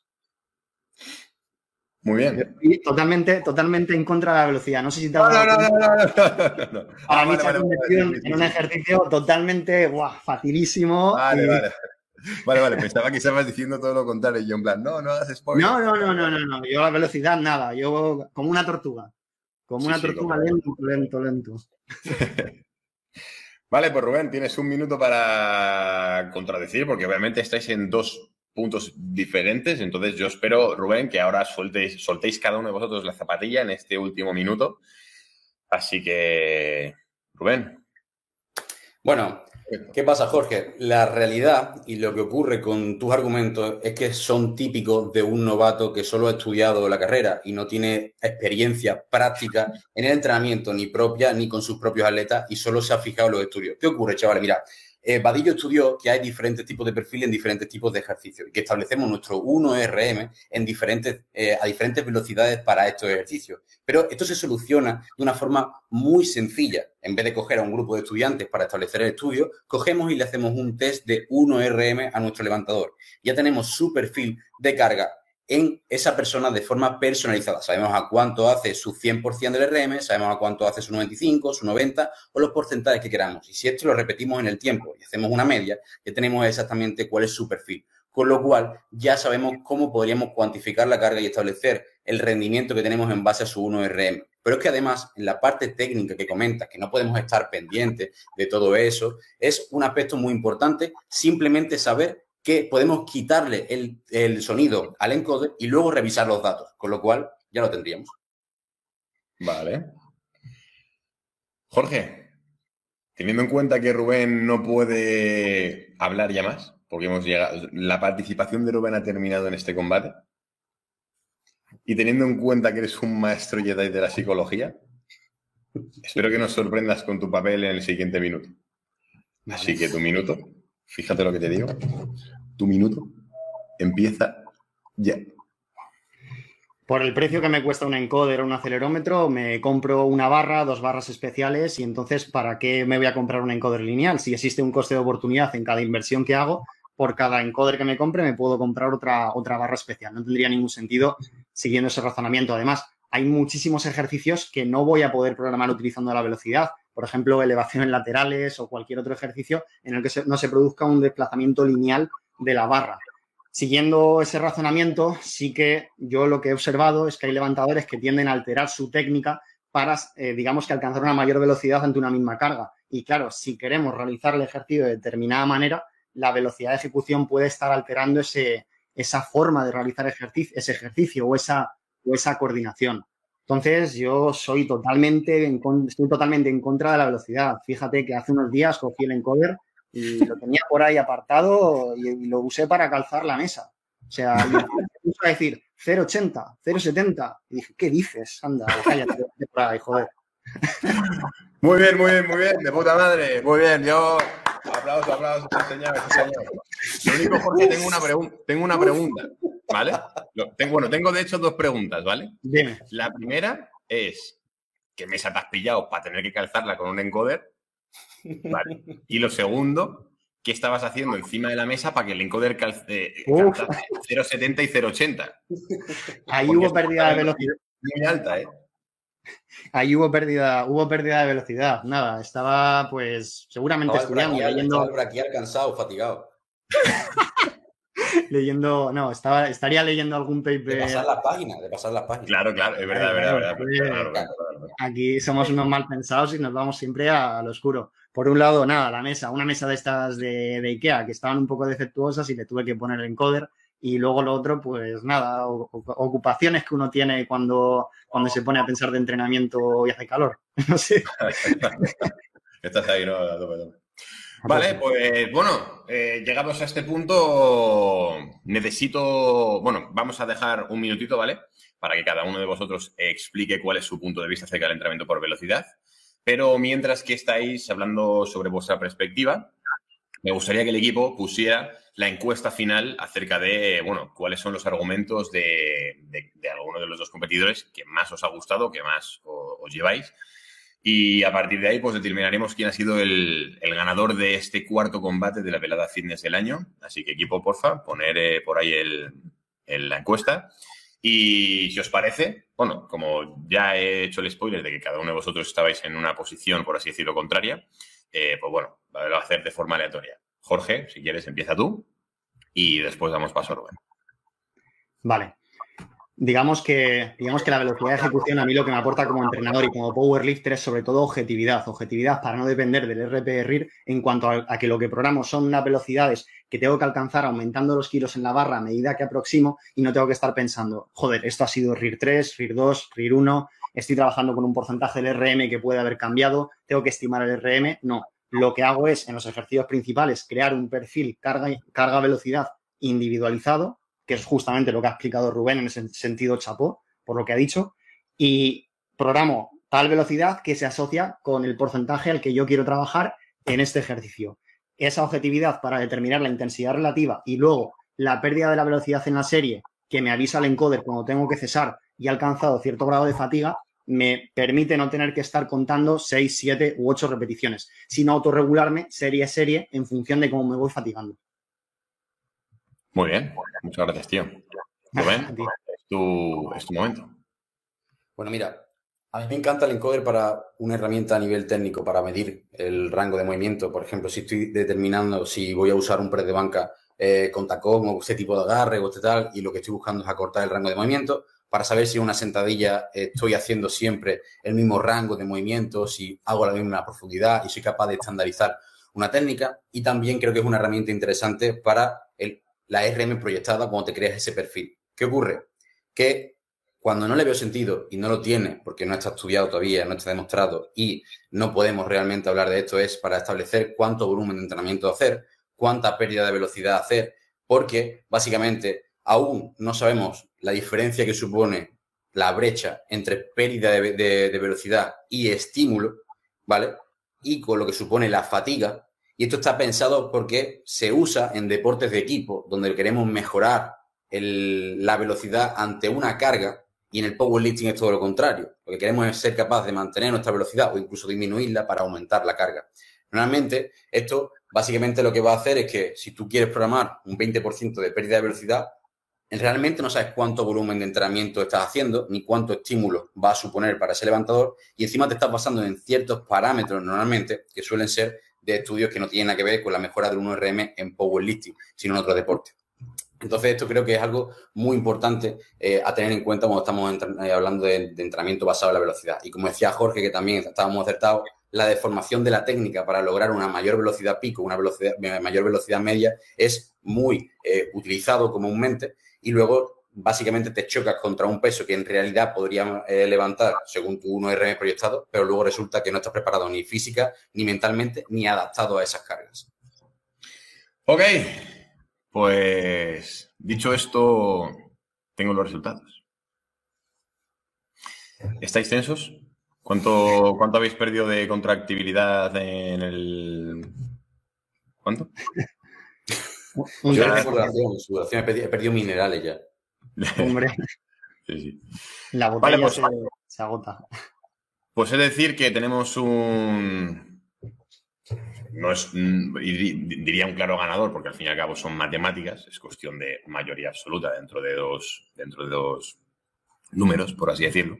Muy bien. Y totalmente, totalmente en contra de la velocidad. No sé si te has No, dado no, no, cuenta. no, no, no, no, no. Para Ah, mí vale, se ha vale, convertido vale, sí, en un sí, sí. ejercicio totalmente guau, facilísimo. Vale, y... vale. Vale, vale, pensaba que estabas diciendo todo lo contrario. Yo en plan, no, no hagas spoiler. No, no, no, no, no, no. Yo la velocidad nada. Yo como una tortuga. Como Sí, una sí, tortuga completamente. lento, lento, lento. Vale, pues Rubén, tienes un minuto para contradecir, porque obviamente estáis en dos puntos diferentes. Entonces yo espero, Rubén, que ahora sueltéis, soltéis cada uno de vosotros la zapatilla en este último minuto. Así que, Rubén. Bueno, ¿qué pasa, Jorge? La realidad y lo que ocurre con tus argumentos es que son típicos de un novato que solo ha estudiado la carrera y no tiene experiencia práctica en el entrenamiento, ni propia ni con sus propios atletas, y solo se ha fijado en los estudios. ¿Qué ocurre, chavales? Mira, eh, Vadillo estudió que hay diferentes tipos de perfiles en diferentes tipos de ejercicios y que establecemos nuestro uno R M en diferentes, eh, a diferentes velocidades para estos ejercicios. Pero esto se soluciona de una forma muy sencilla. En vez de coger a un grupo de estudiantes para establecer el estudio, cogemos y le hacemos un test de uno R M a nuestro levantador. Ya tenemos su perfil de carga en esa persona de forma personalizada. Sabemos a cuánto hace su cien por ciento del R M, sabemos a cuánto hace su noventa y cinco, su noventa o los porcentajes que queramos. Y si esto lo repetimos en el tiempo y hacemos una media, ya tenemos exactamente cuál es su perfil. Con lo cual, ya sabemos cómo podríamos cuantificar la carga y establecer el rendimiento que tenemos en base a su uno R M. Pero es que además, en la parte técnica que comentas, que no podemos estar pendientes de todo eso, es un aspecto muy importante, simplemente saber que podemos quitarle el, el sonido al encoder y luego revisar los datos, con lo cual ya lo tendríamos. Vale. Jorge, teniendo en cuenta que Rubén no puede hablar ya más, porque hemos llegado, la participación de Rubén ha terminado en este combate, y teniendo en cuenta que eres un maestro Jedi de la psicología, espero que nos sorprendas con tu papel en el siguiente minuto. Vale. Así que tu minuto, fíjate lo que te digo, tu minuto empieza ya. Por el precio que me cuesta un encoder o un acelerómetro, me compro una barra, dos barras especiales y entonces, ¿para qué me voy a comprar un encoder lineal? Si existe un coste de oportunidad en cada inversión que hago, por cada encoder que me compre me puedo comprar otra, otra barra especial. No tendría ningún sentido siguiendo ese razonamiento. Además, hay muchísimos ejercicios que no voy a poder programar utilizando la velocidad. Por ejemplo, elevaciones laterales o cualquier otro ejercicio en el que no se produzca un desplazamiento lineal de la barra. Siguiendo ese razonamiento, sí que yo lo que he observado es que hay levantadores que tienden a alterar su técnica para, eh, digamos, que alcanzar una mayor velocidad ante una misma carga. Y claro, si queremos realizar el ejercicio de determinada manera, la velocidad de ejecución puede estar alterando ese, esa forma de realizar ejercicio, ese ejercicio o esa, o esa coordinación. Entonces, yo soy totalmente en, estoy totalmente en contra de la velocidad. Fíjate que hace unos días cogí el encoder y lo tenía por ahí apartado y, y lo usé para calzar la mesa. O sea, y me puso a decir cero ochenta, cero setenta. Y dije, ¿qué dices? Anda, cállate por ahí, joder. Muy bien, muy bien, muy bien. De puta madre. Muy bien. Yo... Aplausos, aplausos, señor, señor. Lo único, Jorge, tengo una, pregun- tengo una pregunta, ¿vale? Lo, tengo, bueno, tengo de hecho dos preguntas, ¿vale? Dime. La primera es, ¿qué mesa te has pillado para tener que calzarla con un encoder? ¿Vale? Y lo segundo, ¿qué estabas haciendo encima de la mesa para que el encoder calce, calzase cero setenta y cero ochenta? Ahí Porque hubo pérdida de velocidad. Muy alta, ¿eh? Ahí hubo pérdida, hubo pérdida de velocidad. Nada, estaba pues seguramente Estaba estudiando, braquial, leyendo. estaba el braquial cansado, fatigado. leyendo, no, estaba, estaría leyendo algún paper. De pasar las páginas, de pasar las páginas. Claro, claro, es verdad, es verdad, verdad, verdad, verdad. Aquí somos unos mal pensados y nos vamos siempre a, a lo oscuro. Por un lado, nada, la mesa, una mesa de estas de, de IKEA que estaban un poco defectuosas y le tuve que poner el encoder. Y luego lo otro, pues nada, ocupaciones que uno tiene cuando, cuando se pone a pensar de entrenamiento y hace calor. No sé. Estás ahí, ¿no? Vale, pues bueno, eh, llegamos a este punto. Necesito, bueno, vamos a dejar un minutito, ¿vale? Para que cada uno de vosotros explique cuál es su punto de vista acerca del entrenamiento por velocidad. Pero mientras que estáis hablando sobre vuestra perspectiva, me gustaría que el equipo pusiera la encuesta final acerca de, bueno, cuáles son los argumentos de, de, de alguno de los dos competidores que más os ha gustado, que más os, os lleváis. Y a partir de ahí, pues determinaremos quién ha sido el, el ganador de este cuarto combate de la velada fitness del año. Así que, equipo, porfa, poner eh, por ahí el, el, la encuesta. Y si os parece, bueno, como ya he hecho el spoiler de que cada uno de vosotros estabais en una posición, por así decirlo, contraria, eh, pues bueno, lo voy a hacer de forma aleatoria. Jorge, si quieres, empieza tú y después damos paso a Rubén. Vale. Digamos que, digamos que la velocidad de ejecución a mí lo que me aporta como entrenador y como powerlifter es sobre todo objetividad. Objetividad para no depender del R P E R I R en cuanto a, a que lo que programo son unas velocidades que tengo que alcanzar aumentando los kilos en la barra a medida que aproximo y no tengo que estar pensando, joder, esto ha sido R I R tres, R I R dos, R I R uno, estoy trabajando con un porcentaje del R M que puede haber cambiado, tengo que estimar el R M. No, lo que hago es en los ejercicios principales crear un perfil carga, carga-velocidad individualizado, que es justamente lo que ha explicado Rubén en ese sentido, chapó, por lo que ha dicho, y programo tal velocidad que se asocia con el porcentaje al que yo quiero trabajar en este ejercicio. Esa objetividad para determinar la intensidad relativa y luego la pérdida de la velocidad en la serie que me avisa el encoder cuando tengo que cesar y he alcanzado cierto grado de fatiga, me permite no tener que estar contando seis, siete u ocho repeticiones, sino autorregularme serie a serie en función de cómo me voy fatigando. Muy bien, muchas gracias, tío. Rubén, es tu, es tu momento. Bueno, mira, a mí me encanta el encoder para una herramienta a nivel técnico para medir el rango de movimiento. Por ejemplo, si estoy determinando si voy a usar un press de banca eh, con tacón o este tipo de agarre o este tal, y lo que estoy buscando es acortar el rango de movimiento para saber si en una sentadilla eh, estoy haciendo siempre el mismo rango de movimiento, si hago la misma profundidad y soy capaz de estandarizar una técnica. Y también creo que es una herramienta interesante para el la R M proyectada cuando te creas ese perfil. ¿Qué ocurre? Que cuando no le veo sentido y no lo tiene, porque no está estudiado todavía, no está demostrado y no podemos realmente hablar de esto, es para establecer cuánto volumen de entrenamiento hacer, cuánta pérdida de velocidad hacer, porque básicamente aún no sabemos la diferencia que supone la brecha entre pérdida de, de, de velocidad y estímulo, ¿vale? Y con lo que supone la fatiga. Y esto está pensado porque se usa en deportes de equipo, donde queremos mejorar el, la velocidad ante una carga, y en el powerlifting es todo lo contrario. Lo que queremos es ser capaces de mantener nuestra velocidad o incluso disminuirla para aumentar la carga. Normalmente, esto básicamente lo que va a hacer es que si tú quieres programar un veinte por ciento de pérdida de velocidad, realmente no sabes cuánto volumen de entrenamiento estás haciendo, ni cuánto estímulo va a suponer para ese levantador, y encima te estás basando en ciertos parámetros normalmente que suelen ser de estudios que no tienen nada que ver con la mejora del uno R M en powerlifting, sino en otro deporte. Entonces, esto creo que es algo muy importante eh, a tener en cuenta cuando estamos eh, hablando de, de entrenamiento basado en la velocidad. Y como decía Jorge, que también estábamos acertados, la deformación de la técnica para lograr una mayor velocidad pico, una velocidad, mayor velocidad media, es muy eh, utilizado comúnmente. Y luego básicamente te chocas contra un peso que en realidad podría eh, levantar según tu uno R M proyectado, pero luego resulta que no estás preparado ni física, ni mentalmente, ni adaptado a esas cargas. Ok, pues dicho esto, tengo los resultados. ¿Estáis tensos? ¿Cuánto, cuánto habéis perdido de contractibilidad en el... ¿Cuánto? Yo en sudoración, sudoración, he perdido, he perdido minerales ya. Hombre, sí, sí. La botella Vale, pues, se, se agota. Pues es decir que tenemos un... No es, diría un claro ganador, porque al fin y al cabo son matemáticas, es cuestión de mayoría absoluta dentro de dos, dentro de dos números, por así decirlo.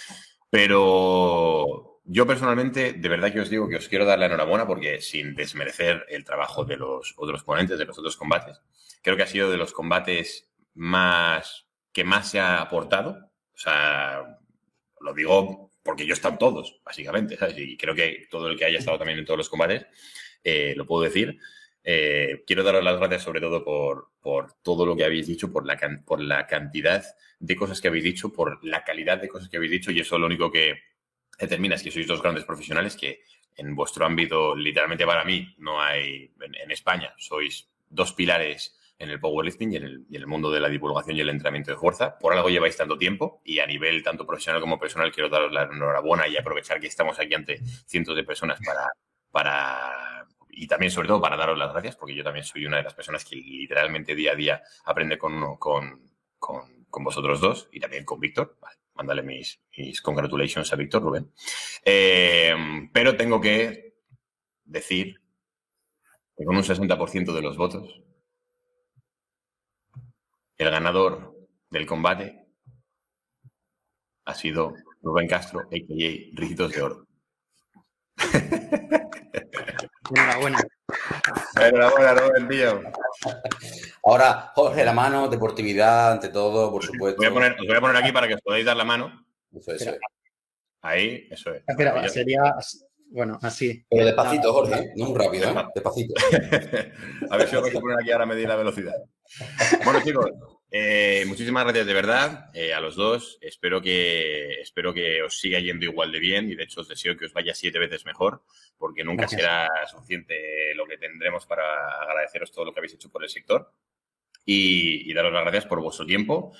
Pero yo personalmente, de verdad que os digo que os quiero dar la enhorabuena porque sin desmerecer el trabajo de los otros ponentes, de los otros combates, creo que ha sido de los combates más que más se ha aportado. O sea, lo digo porque yo he estado en todos, básicamente, ¿sabes? Y creo que todo el que haya estado también en todos los combates, eh, lo puedo decir. Eh, quiero daros las gracias sobre todo por, por todo lo que habéis dicho, por la, can, por la cantidad de cosas que habéis dicho, por la calidad de cosas que habéis dicho, y eso lo único que determina es que sois dos grandes profesionales que en vuestro ámbito, literalmente para mí, no hay, en, en España, sois dos pilares en el powerlifting y en el, y en el mundo de la divulgación y el entrenamiento de fuerza. Por algo lleváis tanto tiempo y a nivel tanto profesional como personal quiero daros la enhorabuena y aprovechar que estamos aquí ante cientos de personas para... para y también, sobre todo, para daros las gracias, porque yo también soy una de las personas que literalmente día a día aprende con, con, con, con vosotros dos y también con Víctor. Vale, mándale mis, mis congratulations a Víctor, Rubén. Eh, pero tengo que decir que con un sesenta por ciento de los votos, el ganador del combate ha sido Rubén Castro, a k a. Ricitos de Oro. Enhorabuena. Enhorabuena, Rubén, tío. Ahora, Jorge, la mano, deportividad, ante todo, por supuesto. Voy a poner, os voy a poner aquí para que os podáis dar la mano. Eso, eso es. Ahí, eso es. Pero sería, bueno, así. Pero despacito, Jorge, no muy rápido, ¿eh? Despacito. A ver si os vais a poner aquí ahora a medir la velocidad. Bueno, chicos, eh, muchísimas gracias de verdad eh, a los dos. Espero que, espero que os siga yendo igual de bien y de hecho os deseo que os vaya siete veces mejor porque nunca gracias. Será suficiente lo que tendremos para agradeceros todo lo que habéis hecho por el sector y, y daros las gracias por vuestro tiempo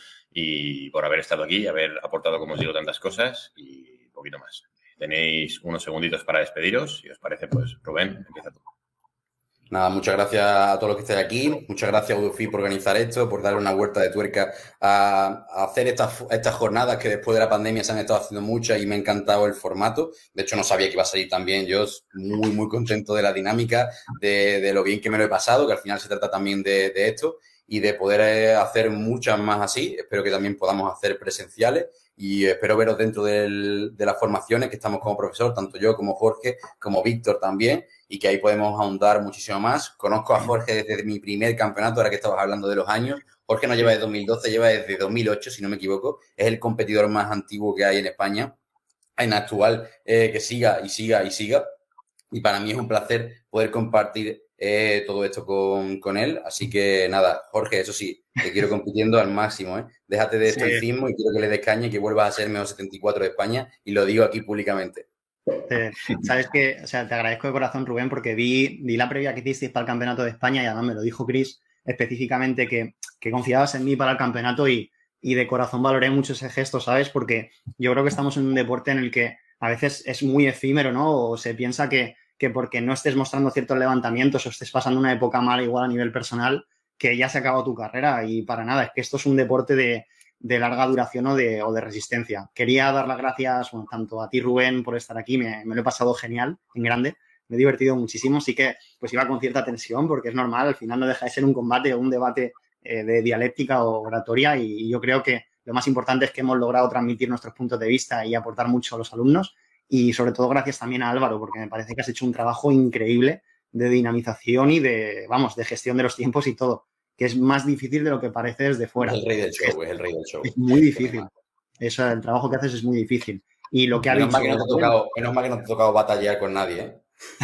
y por haber estado aquí, haber aportado, como os digo, tantas cosas y un poquito más. Tenéis unos segunditos para despediros. Si os parece, pues Rubén, empieza tú. Nada, muchas gracias a todos los que estáis aquí. Muchas gracias a Udufit por organizar esto, por darle una vuelta de tuerca a, a hacer estas, estas jornadas que después de la pandemia se han estado haciendo muchas y me ha encantado el formato. De hecho, no sabía que iba a salir tan bien. Yo muy, muy contento de la dinámica, de, de lo bien que me lo he pasado, que al final se trata también de, de esto y de poder hacer muchas más así. Espero que también podamos hacer presenciales. Y espero veros dentro del, de las formaciones que estamos como profesor, tanto yo como Jorge, como Víctor también, y que ahí podemos ahondar muchísimo más. Conozco a Jorge desde mi primer campeonato, ahora que estabas hablando de los años. Jorge no lleva desde dos mil doce, lleva desde dos mil ocho, si no me equivoco. Es el competidor más antiguo que hay en España, en actual, eh, que siga y siga y siga. Y para mí es un placer poder compartir eh, todo esto con, con él. Así que nada, Jorge, eso sí, te quiero compitiendo al máximo, ¿eh? Déjate de estoicismo sí. Y quiero que le des caña y que vuelvas a ser mejor setenta y cuatro de España. Y lo digo aquí públicamente. Eh, Sabes que, o sea, te agradezco de corazón, Rubén, porque vi, vi la previa que hicisteis para el Campeonato de España y además me lo dijo Chris específicamente que, que confiabas en mí para el campeonato y, y de corazón valoré mucho ese gesto, ¿sabes? Porque yo creo que estamos en un deporte en el que a veces es muy efímero, ¿no? O se piensa que, que porque no estés mostrando ciertos levantamientos o estés pasando una época mala igual a nivel personal, que ya se ha acabado tu carrera y para nada, es que esto es un deporte de, de larga duración o de, o de resistencia. Quería dar las gracias, bueno, tanto a ti, Rubén, por estar aquí, me, me lo he pasado genial, en grande, me he divertido muchísimo, sí que pues iba con cierta tensión porque es normal, al final no deja de ser un combate o un debate eh, de dialéctica o oratoria y, y yo creo que lo más importante es que hemos logrado transmitir nuestros puntos de vista y aportar mucho a los alumnos y sobre todo gracias también a Álvaro porque me parece que has hecho un trabajo increíble de dinamización y de, vamos, de gestión de los tiempos y todo, que es más difícil de lo que parece desde fuera. Es el rey del show, es el rey del show. Es muy difícil. Eso, el trabajo que haces es muy difícil. Y lo que ha menos dicho... Mal que no te ha tocado, menos mal que no te ha tocado batallar con nadie, ¿eh?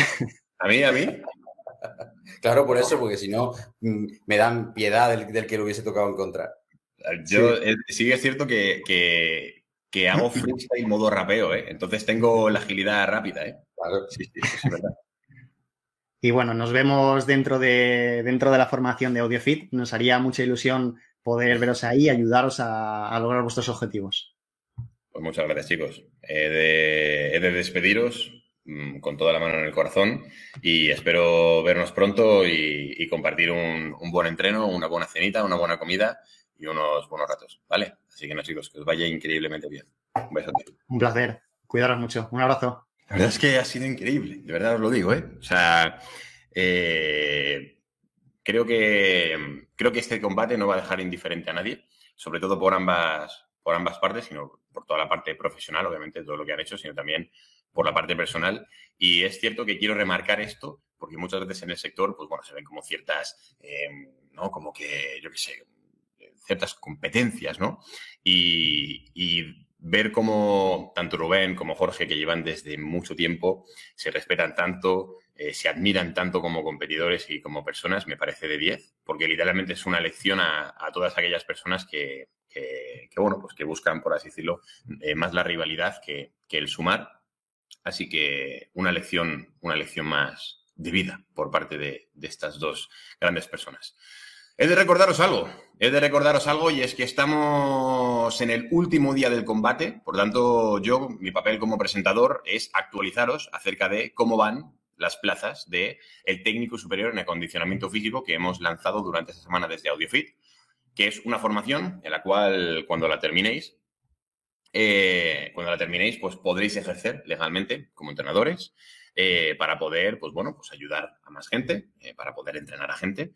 ¿A mí? ¿A mí? Claro, por eso, porque si no, me dan piedad del, del que lo hubiese tocado encontrar. Yo sí, eh, sí es cierto que, que, que hago freestyle modo rapeo, ¿eh? Entonces tengo la agilidad rápida, ¿eh? Claro. Sí, sí, eso es verdad. Y bueno, nos vemos dentro de, dentro de la formación de AudioFit. Nos haría mucha ilusión poder veros ahí y ayudaros a, a lograr vuestros objetivos. Pues muchas gracias, chicos. He de, he de despediros mmm, con toda la mano en el corazón y espero vernos pronto y, y compartir un, un buen entreno, una buena cenita, una buena comida y unos buenos ratos, ¿vale? Así que no, chicos, que os vaya increíblemente bien. Un besote. Un placer. Cuidaros mucho. Un abrazo. La verdad es que ha sido increíble, de verdad os lo digo, ¿eh? O sea, eh, creo que creo que este combate no va a dejar indiferente a nadie, sobre todo por ambas, por ambas partes, sino por toda la parte profesional, obviamente, todo lo que han hecho, sino también por la parte personal. Y es cierto que quiero remarcar esto, porque muchas veces en el sector, pues bueno, se ven como ciertas, eh, ¿no? Como que, yo qué sé, ciertas competencias, ¿no? Y, y ver cómo tanto Rubén como Jorge, que llevan desde mucho tiempo, se respetan tanto, eh, se admiran tanto como competidores y como personas, me parece de diez, porque literalmente es una lección a, a todas aquellas personas que, que, que, bueno, pues que buscan, por así decirlo, eh, más la rivalidad que, que el sumar. Así que una lección, una lección más de vida por parte de, de estas dos grandes personas. He de recordaros algo, he de recordaros algo y es que estamos en el último día del combate, por tanto yo, mi papel como presentador es actualizaros acerca de cómo van las plazas del técnico superior en acondicionamiento físico que hemos lanzado durante esta semana desde AudioFit, que es una formación en la cual cuando la terminéis, eh, cuando la terminéis pues podréis ejercer legalmente como entrenadores. Eh, para poder, pues bueno, pues ayudar a más gente, eh, para poder entrenar a gente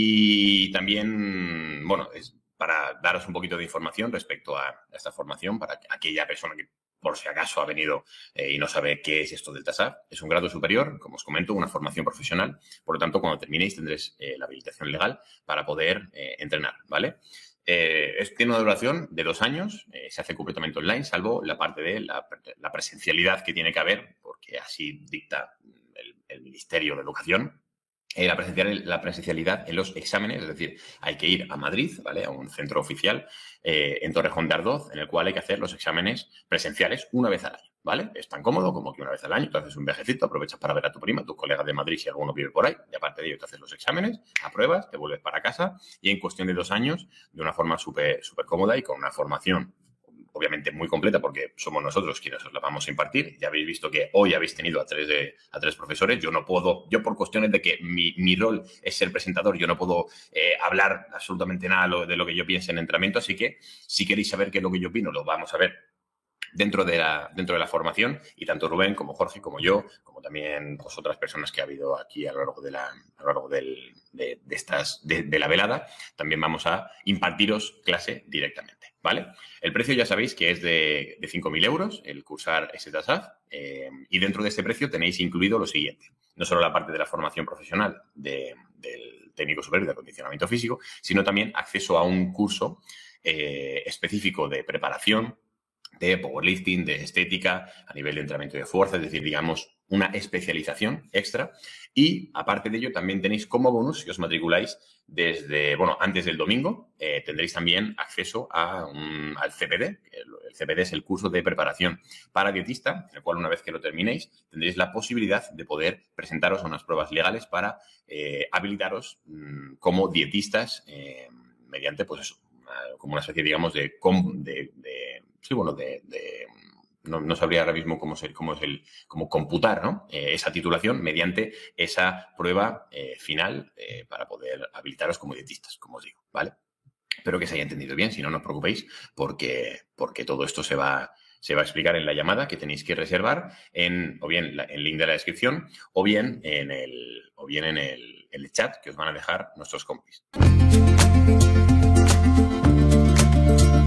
y también, bueno, es para daros un poquito de información respecto a, a esta formación para aquella persona que por si acaso ha venido eh, y no sabe qué es esto del T A S A F. Es un grado superior, como os comento, una formación profesional. Por lo tanto, cuando terminéis tendréis eh, la habilitación legal para poder eh, entrenar, ¿vale? Eh, es, tiene una duración de dos años, eh, se hace completamente online, salvo la parte de la, la presencialidad que tiene que haber, porque así dicta el, el Ministerio de Educación, eh, la, presencial, la presencialidad en los exámenes, es decir, hay que ir a Madrid, ¿vale? A un centro oficial eh, en Torrejón de Ardoz, en el cual hay que hacer los exámenes presenciales una vez al año, ¿vale? Es tan cómodo como que una vez al año te haces un viajecito, aprovechas para ver a tu prima, tus colegas de Madrid si alguno vive por ahí, y aparte de ello te haces los exámenes, apruebas, te vuelves para casa y en cuestión de dos años, de una forma súper súper cómoda y con una formación obviamente muy completa porque somos nosotros quienes os la vamos a impartir. Ya habéis visto que hoy habéis tenido a tres, de, a tres profesores. Yo no puedo, yo por cuestiones de que mi, mi rol es ser presentador, yo no puedo eh, hablar absolutamente nada de lo que yo piense en entrenamiento, así que si queréis saber qué es lo que yo opino, lo vamos a ver dentro de la, dentro de la formación y tanto Rubén como Jorge como yo, como también pues, otras personas que ha habido aquí a lo largo de la, a lo largo del, de, de, estas, de, de la velada, también vamos a impartiros clase directamente, ¿vale? El precio ya sabéis que es de, de cinco mil euros el cursar ese T A S A F eh, y dentro de este precio tenéis incluido lo siguiente, no solo la parte de la formación profesional de, del técnico superior de acondicionamiento físico, sino también acceso a un curso eh, específico de preparación, de powerlifting, de estética, a nivel de entrenamiento de fuerza, es decir, digamos, una especialización extra. Y, aparte de ello, también tenéis como bonus, si os matriculáis desde, bueno, antes del domingo, eh, tendréis también acceso a un, al C P D. El C P D es el curso de preparación para dietista, en el cual, una vez que lo terminéis, tendréis la posibilidad de poder presentaros a unas pruebas legales para eh, habilitaros mmm, como dietistas eh, mediante, pues eso, una, como una especie, digamos, de... de, de Sí, bueno, de, de no, no sabría ahora mismo cómo, ser, cómo es el, cómo computar, ¿no? Eh, esa titulación mediante esa prueba eh, final eh, para poder habilitaros como dietistas, como os digo, ¿vale? Espero que se haya entendido bien, si no, no os preocupéis, porque, porque todo esto se va, se va a explicar en la llamada que tenéis que reservar en, o bien en el link de la descripción, o bien en el, o bien en el, en el chat que os van a dejar nuestros compis.